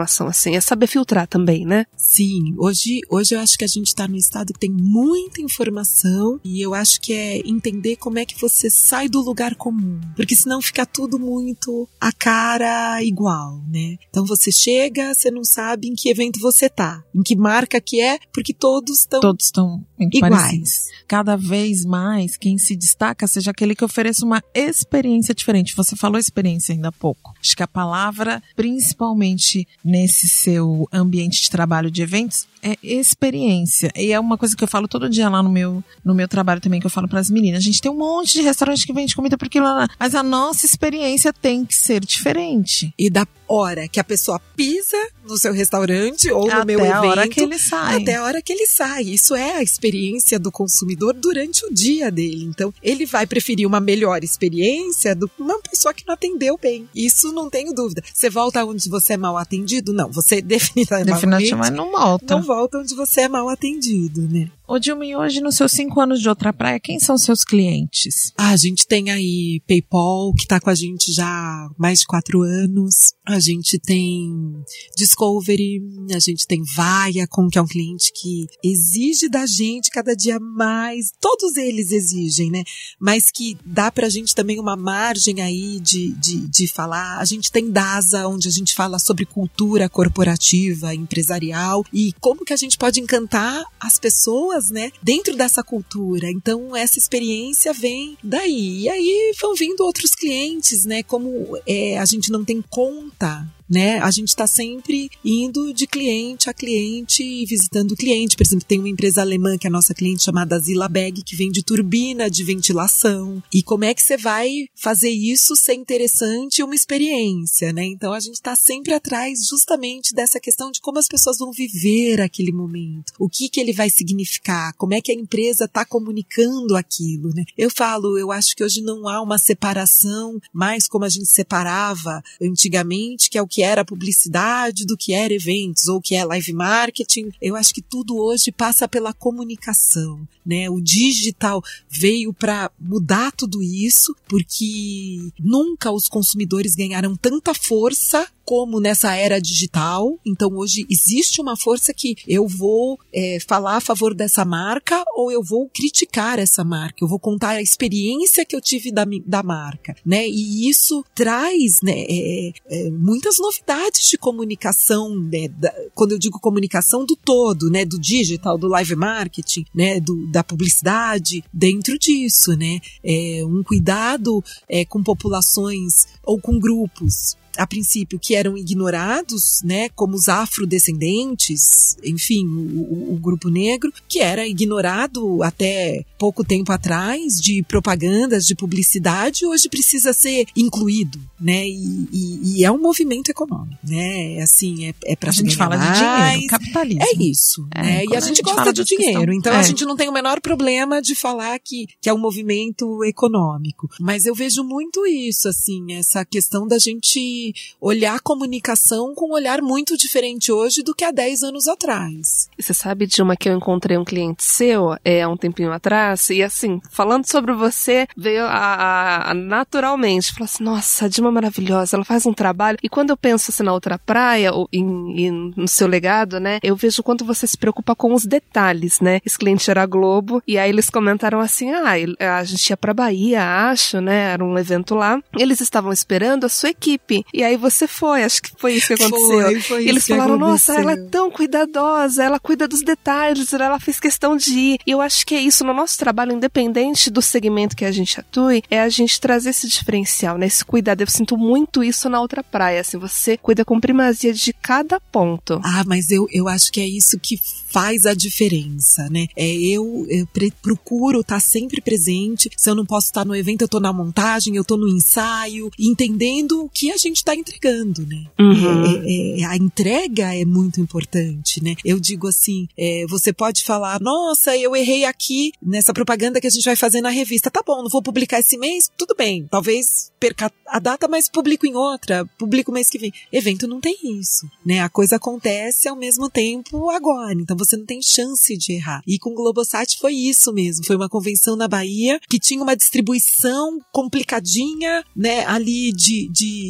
informação, assim, é saber filtrar também, né? Sim, hoje, hoje eu acho que a gente está num estado que tem muita informação e eu acho que é entender como é que você sai do lugar comum, porque senão fica tudo muito a cara igual, né? Então você chega, você não sabe em que evento você tá, em que marca que é, porque todos estão Todos estão iguais. parecidos. Cada vez mais, quem se destaca seja aquele que ofereça uma experiência diferente. Você falou experiência ainda há pouco. Acho que a palavra, principalmente nesse seu ambiente de trabalho de eventos, é experiência. E é uma coisa que eu falo todo dia lá no meu, no meu trabalho também, que eu falo para as meninas. A gente tem um monte de restaurante que vende comida por aquilo lá, mas a nossa experiência tem que ser diferente. E da hora que a pessoa pisa no seu restaurante ou no Até meu evento, a hora que ele sai. até a hora que ele sai. Isso é a experiência do consumidor durante o dia dele. Então, ele vai preferir uma melhor experiência do que uma pessoa que não atendeu bem. Isso não tenho dúvida. Você volta onde você é mal atendido? Não, você definitivamente, Definitivamente não volta. não volta onde você é mal atendido, né? Ô Dilma, e hoje nos seus cinco anos de Outra Praia, quem são seus clientes? Ah, a gente tem aí PayPal, que tá com a gente já há mais de quatro anos. A gente tem Discovery, a gente tem Viacom, que é um cliente que exige da gente cada dia mais. Todos eles exigem, né? Mas que dá pra gente também uma margem aí de, de, de falar. A gente tem DASA, onde a gente fala sobre cultura corporativa, empresarial e como que a gente pode encantar as pessoas, né, dentro dessa cultura. Então, essa experiência vem daí. E aí vão vindo outros clientes, né, como é, a gente não tem conta, né, a gente está sempre indo de cliente a cliente e visitando o cliente. Por exemplo, tem uma empresa alemã que é a nossa cliente chamada Zillabeg, que vende turbina de ventilação. E como é que você vai fazer isso ser interessante e uma experiência, né? Então a gente está sempre atrás justamente dessa questão de como as pessoas vão viver aquele momento, o que que ele vai significar, como é que a empresa está comunicando aquilo, né? Eu falo, eu acho que hoje não há uma separação mais como a gente separava antigamente, que é o que era publicidade, do que era eventos, ou que é live marketing. Eu acho que tudo hoje passa pela comunicação, né? O digital veio para mudar tudo isso, porque nunca os consumidores ganharam tanta força como nessa era digital. Então hoje existe uma força que eu vou é, falar a favor dessa marca ou eu vou criticar essa marca, eu vou contar a experiência que eu tive da, da marca, né? E isso traz, né, é, é, muitas novidades de comunicação, né? Da, quando eu digo comunicação do todo, né? Do digital, do live marketing, né? Do, da publicidade, dentro disso, né? É, um cuidado é, com populações ou com grupos a princípio, que eram ignorados, né, como os afrodescendentes, enfim, o, o, o grupo negro, que era ignorado até pouco tempo atrás de propagandas, de publicidade, hoje precisa ser incluído, né, e, e, e é um movimento econômico, né, assim, é, é pra a gente fala mais. de dinheiro, capitalismo. É isso, é, né, e a gente, a gente gosta de dinheiro, questão. Então é. a gente não tem o menor problema de falar que, que é um movimento econômico, mas eu vejo muito isso, assim, essa questão da gente olhar a comunicação com um olhar muito diferente hoje do que há dez anos atrás. Você sabe, Dilma, que eu encontrei um cliente seu é, há um tempinho atrás, e assim, falando sobre você, veio a, a, a naturalmente, falou assim, nossa, a Dilma é maravilhosa, ela faz um trabalho, e quando eu penso assim na Outra Praia, ou em, em, no seu legado, né, eu vejo o quanto você se preocupa com os detalhes, né, esse cliente era a Globo, e aí eles comentaram assim, ah, a gente ia pra Bahia, acho, né, era um evento lá, eles estavam esperando a sua equipe, e aí você foi, acho que foi isso que aconteceu. Foi, foi e eles isso que falaram, aconteceu. nossa, ela é tão cuidadosa, ela cuida dos detalhes, ela fez questão de ir. E eu acho que é isso, no nosso trabalho, independente do segmento que a gente atue, é a gente trazer esse diferencial, né, esse cuidado. Eu sinto muito isso na Outra Praia, assim, você cuida com primazia de cada ponto. Ah, mas eu, eu acho que é isso que faz a diferença, né? É, eu, eu pre- procuro estar sempre presente, se eu não posso estar no evento, eu tô na montagem, eu tô no ensaio, entendendo o que a gente está entregando, né? Uhum. É, é, a entrega é muito importante, né? Eu digo assim, é, você pode falar, nossa, eu errei aqui nessa propaganda que a gente vai fazer na revista. Tá bom, não vou publicar esse mês? Tudo bem, talvez perca a data, mas publico em outra, publico mês que vem. Evento não tem isso, né? A coisa acontece ao mesmo tempo agora, então você não tem chance de errar. E com o Globosat foi isso mesmo, foi uma convenção na Bahia que tinha uma distribuição complicadinha, né? Ali de, de, de brinde,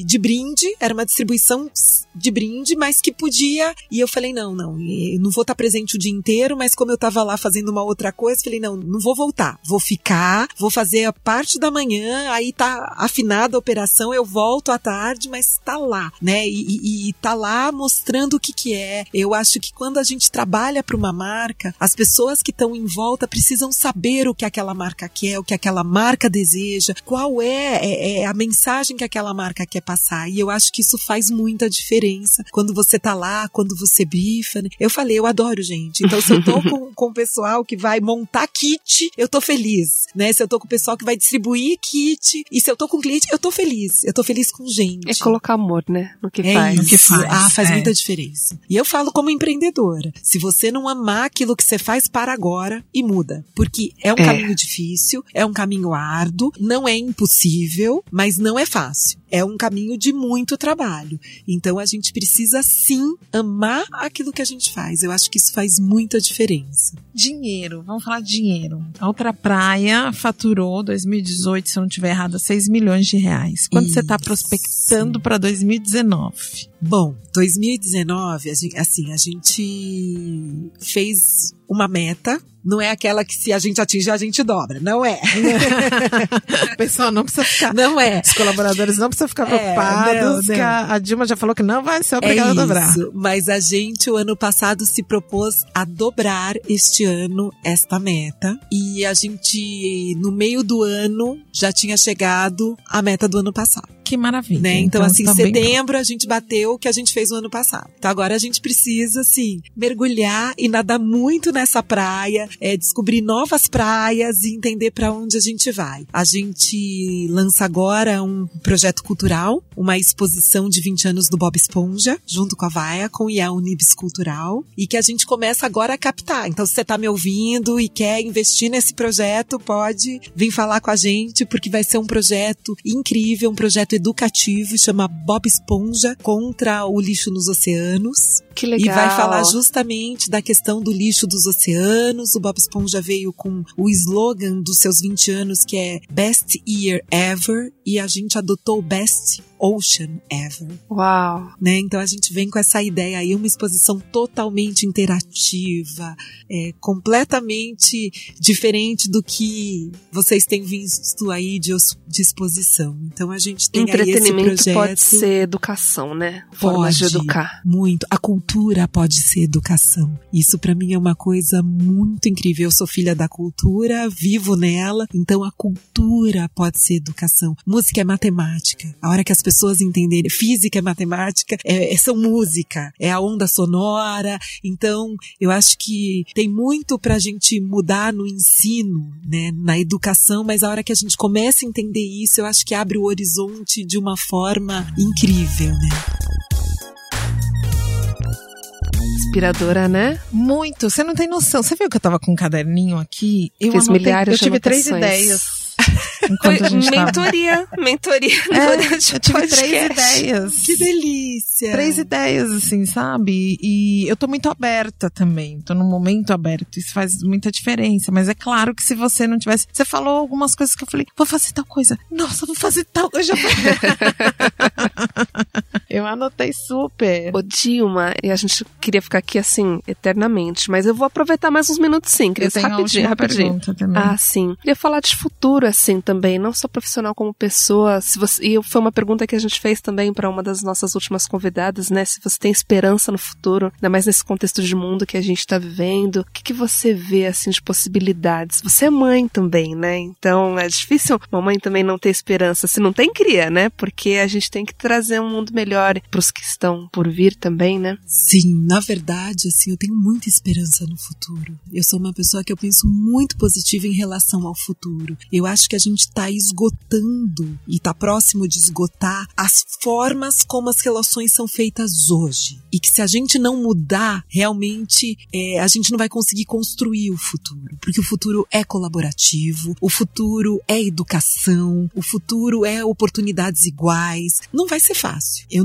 brinde, era uma distribuição de brinde, mas que podia, e eu falei, não, não, eu não vou estar presente o dia inteiro, mas como eu tava lá fazendo uma outra coisa, falei, não, não vou voltar, vou ficar, vou fazer a parte da manhã, aí tá afinada a operação, eu volto à tarde, mas tá lá, né, e, e, e tá lá mostrando o que que é. Eu acho que quando a gente trabalha para uma marca, as pessoas que estão em volta precisam saber o que aquela marca quer, o que aquela marca deseja, qual é, é, é a mensagem que aquela marca quer passar, e eu acho que isso faz muita diferença quando você tá lá, quando você brifa, né? Eu falei, eu adoro gente, então se eu tô com, com o pessoal que vai montar kit, eu tô feliz, né? Se eu tô com o pessoal que vai distribuir kit, e se eu tô com cliente, eu tô feliz, eu tô feliz com gente. É colocar amor, né? No que é faz. Isso. No que faz. Ah, faz é. muita diferença. E eu falo como empreendedora, se você não amar aquilo que você faz, para agora e muda, porque é um É. caminho difícil, é um caminho árduo, não é impossível, mas não é fácil. É um caminho de muito trabalho. Então a gente precisa sim amar aquilo que a gente faz. Eu acho que isso faz muita diferença. Dinheiro, vamos falar de dinheiro. A Outra Praia faturou dois mil e dezoito, se eu não estiver errada, seis milhões de reais. Quanto você está prospectando para dois mil e dezenove? Bom, dois mil e dezenove, a gente, assim, a gente fez uma meta. Não é aquela que se a gente atingir, a gente dobra. Não é. Pessoal, não precisa ficar. Não é. Os colaboradores não precisam ficar É, preocupados. não, que não. a, a Dilma já falou que não vai ser obrigada É a dobrar. isso, mas a gente, o ano passado, se propôs a dobrar este ano esta meta. E a gente, no meio do ano, já tinha chegado à meta do ano passado. Que maravilha. Né? Então, assim, em tá bem setembro a gente bateu o que a gente fez no ano passado. Então agora a gente precisa, assim, mergulhar e nadar muito nessa praia, é, descobrir novas praias e entender para onde a gente vai. A gente lança agora um projeto cultural, uma exposição de vinte anos do Bob Esponja, junto com a Viacom e a Unibis Cultural, e que a gente começa agora a captar. Então, se você tá me ouvindo e quer investir nesse projeto, pode vir falar com a gente, porque vai ser um projeto incrível, um projeto educativo, chama Bob Esponja contra o lixo nos oceanos. Que legal. E vai falar justamente da questão do lixo dos oceanos. O Bob Esponja veio com o slogan dos seus vinte anos, que é Best Year Ever, e a gente adotou o Best Ocean Ever. Uau. Né? Então a gente vem com essa ideia aí, uma exposição totalmente interativa, é, completamente diferente do que vocês têm visto aí de, de exposição. Então a gente tem aí esse Entretenimento projeto. pode ser educação, né? Formas de educar. Muito. A cultura pode ser educação. Isso pra mim é uma coisa muito incrível. Eu sou filha da cultura, vivo nela, então a cultura pode ser educação. Música é matemática. A hora que as pessoas entenderem, física é matemática, é, é, são música, é a onda sonora. Então, eu acho que tem muito pra gente mudar no ensino, né, na educação, mas a hora que a gente começa a entender isso, eu acho que abre o horizonte de uma forma incrível, né? Inspiradora, né? Muito. Você não tem noção. Você viu que eu tava com um caderninho aqui? Eu Fiz anotei, milhares eu de tive três anotações. ideias. Enquanto a gente tava. mentoria, mentoria. É, eu tive três ideias. Que delícia! Três ideias, assim, sabe? E eu tô muito aberta também. Tô num momento aberto. Isso faz muita diferença. Mas é claro que se você não tivesse... Você falou algumas coisas que eu falei, vou fazer tal coisa. Nossa, vou fazer tal coisa. Eu anotei super. Ô, Dilma, e a gente queria ficar aqui, assim, eternamente. Mas eu vou aproveitar mais uns minutos, sim, Cris. Eu tenho Rapidinho, a rapidinho. pergunta também. Ah, sim. Queria falar de futuro, assim, também. Não só profissional como pessoa. Se você... E foi uma pergunta que a gente fez também para uma das nossas últimas convidadas, né? Se você tem esperança no futuro, ainda mais nesse contexto de mundo que a gente tá vivendo. O que, que você vê, assim, de possibilidades? Você é mãe também, né? Então, é difícil uma mãe também não ter esperança. Se não tem, cria, né? Porque a gente tem que trazer um mundo melhor pros que estão por vir também, né? Sim, na verdade, assim, eu tenho muita esperança no futuro. Eu sou uma pessoa que eu penso muito positiva em relação ao futuro. Eu acho que a gente tá esgotando e tá próximo de esgotar as formas como as relações são feitas hoje. E que se a gente não mudar, realmente é, a gente não vai conseguir construir o futuro. Porque o futuro é colaborativo, o futuro é educação, o futuro é oportunidades iguais. Não vai ser fácil. Eu não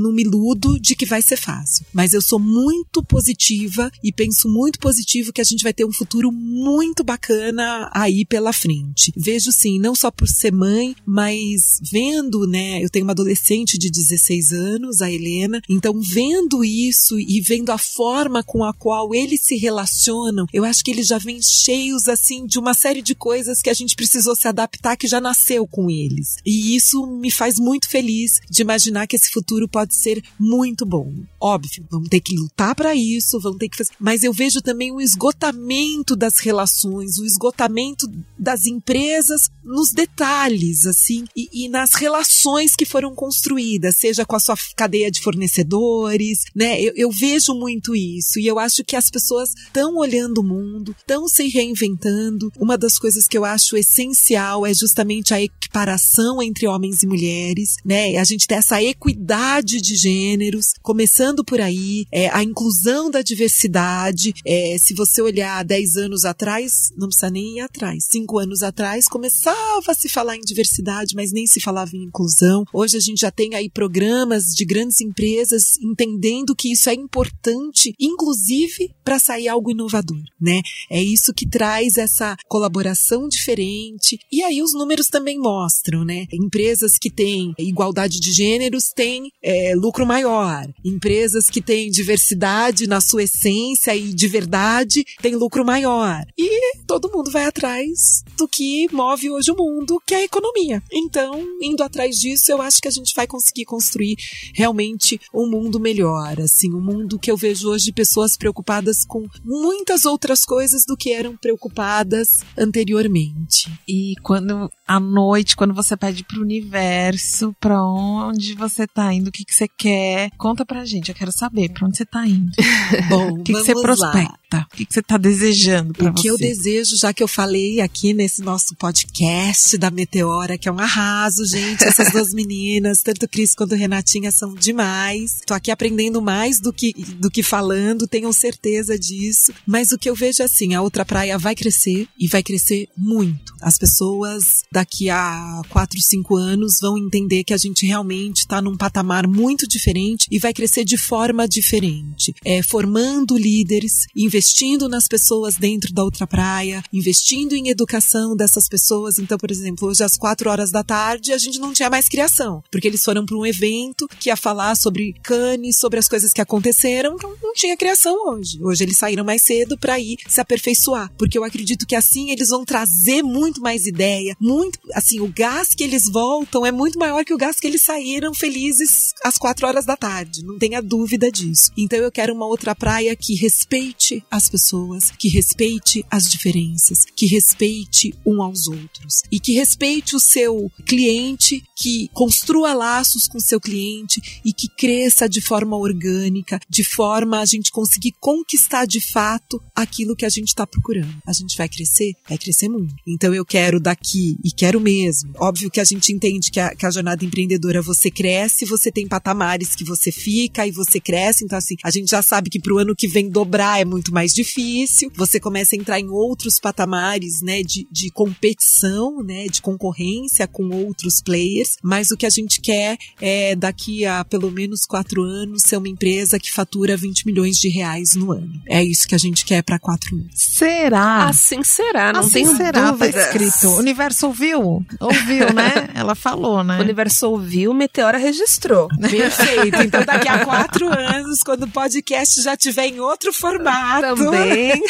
não me iludo de que vai ser fácil. Mas eu sou muito positiva e penso muito positivo que a gente vai ter um futuro muito bacana aí pela frente. Vejo sim, não só por ser mãe, mas vendo, né, eu tenho uma adolescente de dezesseis anos, a Helena, então vendo isso e vendo a forma com a qual eles se relacionam, eu acho que eles já vêm cheios, assim, de uma série de coisas que a gente precisou se adaptar, que já nasceu com eles. E isso me faz muito feliz de imaginar que esse futuro pode ser muito bom. Óbvio, vamos ter que lutar para isso, vamos ter que fazer... Mas eu vejo também o esgotamento das relações, o esgotamento das empresas nos detalhes, assim, e, e nas relações que foram construídas, seja com a sua cadeia de fornecedores, né? Eu, eu vejo muito isso e eu acho que as pessoas estão olhando o mundo, estão se reinventando. Uma das coisas que eu acho essencial é justamente a equiparação entre homens e mulheres, né? A gente tem essa equidade de gêneros, começando por aí, é, a inclusão da diversidade. É, se você olhar dez anos atrás, não precisa nem ir atrás, cinco anos atrás, começava a se falar em diversidade, mas nem se falava em inclusão. Hoje a gente já tem aí programas de grandes empresas entendendo que isso é importante, inclusive para sair algo inovador, né? É isso que traz essa colaboração diferente. E aí os números também mostram, né? Empresas que têm igualdade de gêneros têm é, lucro maior. Empresas que têm diversidade na sua essência e de verdade têm lucro maior. E todo mundo vai atrás do que move hoje o mundo, que é a economia. Então, indo atrás disso, eu acho que a gente vai conseguir construir realmente um mundo melhor, assim, um mundo que eu vejo hoje de pessoas preocupadas com muitas outras coisas do que eram preocupadas anteriormente. E quando, à noite, quando você pede pro universo pra onde você tá indo, o que que você quer, conta pra gente, eu quero saber pra onde você tá indo. Bom, o que que você prospecta? Lá. O que que você tá desejando pra o você? O que eu desejo, já que eu falei aqui nesse nosso podcast da Meteora, que é um arraso, gente, essas duas meninas, tanto Cris quanto Renatinha, são demais. Tô aqui aprendendo mais do que, do que falando, tenham certeza disso. Mas o que eu vejo é assim, a Outra Praia vai crescer e vai crescer muito. As pessoas daqui a quatro, cinco anos vão entender que a gente realmente tá num patamar muito diferente e vai crescer de forma diferente. É, formando líderes, investindo nas pessoas dentro da Outra Praia, investindo em educação dessas pessoas. Então, por exemplo, hoje às quatro horas da tarde a gente não tinha mais criação, porque eles foram para um evento que ia falar sobre Cannes, sobre as coisas que aconteceram, então não tinha criação hoje. Hoje eles saíram mais cedo para ir se aperfeiçoar, porque eu acredito que assim eles vão trazer muito mais ideia, muito, assim, o gás que eles voltam é muito maior que o gás que eles saíram felizes às quatro horas da tarde, não tenha dúvida disso. Então eu quero uma Outra Praia que respeite as pessoas, que respeite as diferenças, que respeite um aos outros e que respeite o seu cliente, que construa laços com o seu cliente e que cresça de forma orgânica, de forma a gente conseguir conquistar de fato aquilo que a gente está procurando. A gente vai crescer? Vai crescer muito. Então eu quero daqui, e quero mesmo. Óbvio que a gente entende que a, que a jornada empreendedora você cresce, você tem patamares que você fica e você cresce. Então assim, a gente já sabe que pro ano que vem dobrar é muito mais difícil. Você começa a entrar em outros patamares, né, de, de competição, né, de concorrência com outros players. Mas o que a gente quer é daqui a pelo menos quatro anos ser uma empresa que fatura vinte milhões de reais no ano. É isso que a gente quer para quatro anos. Será? Assim será, não assim tenho será, dúvidas. Tá escrito. O universo ouviu? Ouviu, né? Ela falou, né? O universo ouviu, Meteora registrou. Perfeito. Então daqui a quatro anos, quando o podcast já tiver em outro formato, também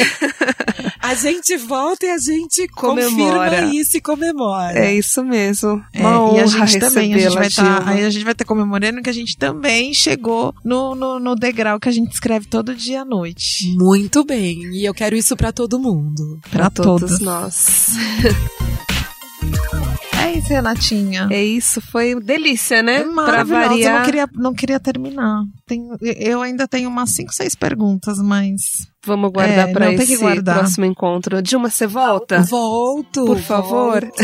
a gente volta e a gente comemora. Confirma isso e comemora. É isso mesmo. É, Uma honra e a gente também, a gente vai tá, aí a gente vai estar comemorando que a gente também chegou no, no, no degrau que a gente escreve todo dia à noite. Muito bem. E eu quero isso pra todo mundo. Pra, pra todos. todos nós. É isso, Renatinha. É isso, foi delícia, né? Pra variar. Eu não queria, não queria terminar. tenho, eu ainda tenho umas cinco, seis perguntas, mas... Vamos guardar é, para esse guardar. próximo encontro. Dilma, você volta? Volto. Por favor. Volto.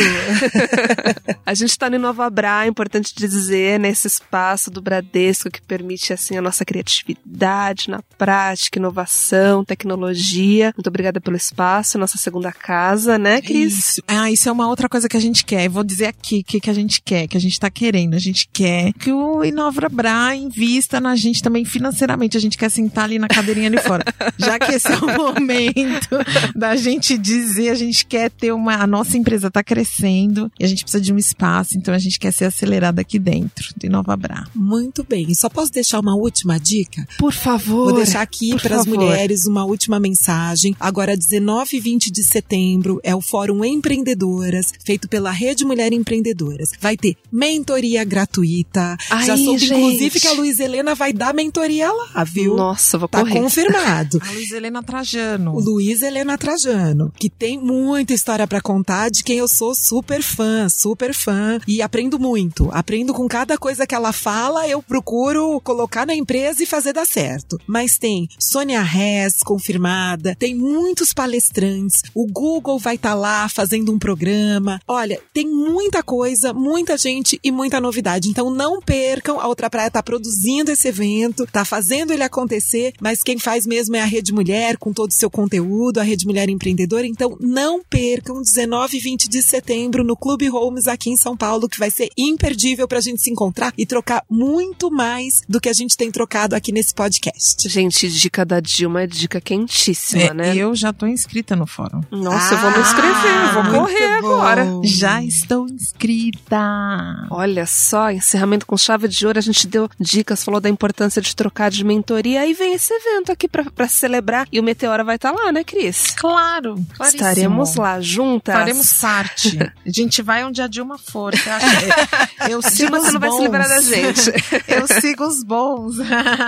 A gente está no Inova Bra, é importante dizer, nesse espaço do Bradesco que permite assim a nossa criatividade na prática, inovação, tecnologia. Muito obrigada pelo espaço, nossa segunda casa, né, Cris? Isso. Ah, isso é uma outra coisa que a gente quer. Eu vou dizer aqui o que, que a gente quer, que a gente tá querendo. A gente quer que o Inova Bra invista na gente também financeiramente. A gente quer sentar ali na cadeirinha ali fora. Já que esse é o momento da gente dizer, a gente quer ter uma... A nossa empresa tá crescendo e a gente precisa de um espaço, então a gente quer ser acelerada aqui dentro de Inova Bra. Muito bem. E só posso deixar uma última dica? Por favor. Vou deixar aqui para as mulheres uma última mensagem. Agora, dezenove e vinte de setembro, é o Fórum Empreendedoras, feito pela Rede Mulher Empreendedoras. Vai ter mentoria gratuita. Aí, Já soube, gente. inclusive, que a Luiz Helena vai dar mentoria lá, viu? Nossa, vou tá correr. Confirmado. A Luiz Helena Trajano. O Luiz Helena Trajano, que tem muita história pra contar, de quem eu sou super fã, super fã, e aprendo muito. Aprendo com cada coisa que ela fala, eu procuro colocar na empresa e fazer dar certo. Mas tem Sônia Hess confirmada, tem muitos palestrantes, o Google vai estar tá lá fazendo um programa. Olha, tem muita coisa, muita gente e muita novidade. Então não percam, a Outra Praia tá produzindo esse evento, tá fazendo ele acontecer, mas quem faz mesmo é a Rede Mulher, com todo o seu conteúdo, a Rede Mulher Empreendedora. Então não percam, dezenove e vinte de setembro no Clube Holmes aqui em São Paulo, que vai ser imperdível pra gente se encontrar e trocar muito mais do que a gente tem trocado aqui nesse podcast. Gente, dica da Dilma é dica quentíssima, É, né? Eu já tô inscrita no fórum. Nossa, eu vou me inscrever, eu vou muito correr bom. agora. Já estou inscrita. Olha só, encerramento com chave de ouro, a gente deu dicas, falou da importância de trocar de mentoria, aí vem esse evento aqui pra, pra celebrar, e o Meteora vai estar tá lá, né, Cris? Claro, claríssimo. Estaremos lá juntas. Faremos parte. A gente vai onde a Dilma for. Eu, acho, eu sigo Dilma, os você não vai se bons. livrar da gente. Eu sigo os bons.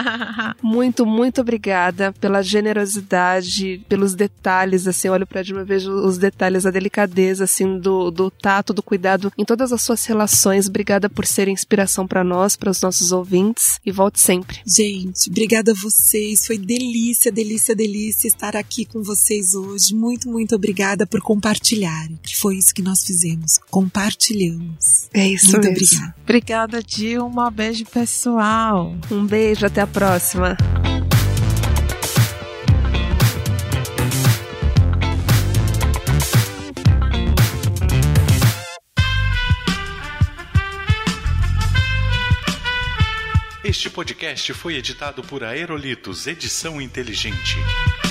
Muito, muito obrigada pela generosidade, pelos detalhes, assim, eu olho pra Dilma, vejo os detalhes, a delicadeza, assim, do, do tato, do cuidado em todas as suas relações. Obrigada por ser inspiração pra nós, para os nossos ouvintes, e volte sempre. Gente, obrigada a vocês, foi delícia, delícia, delícia estar aqui com vocês hoje. Muito, muito obrigada por compartilharem, que foi isso que nós fizemos, compartilhamos. É isso muito mesmo. obrigada. Obrigada, Dilma. Beijo, pessoal. Um beijo, até a próxima. Este podcast foi editado por Aerolitos Edição Inteligente.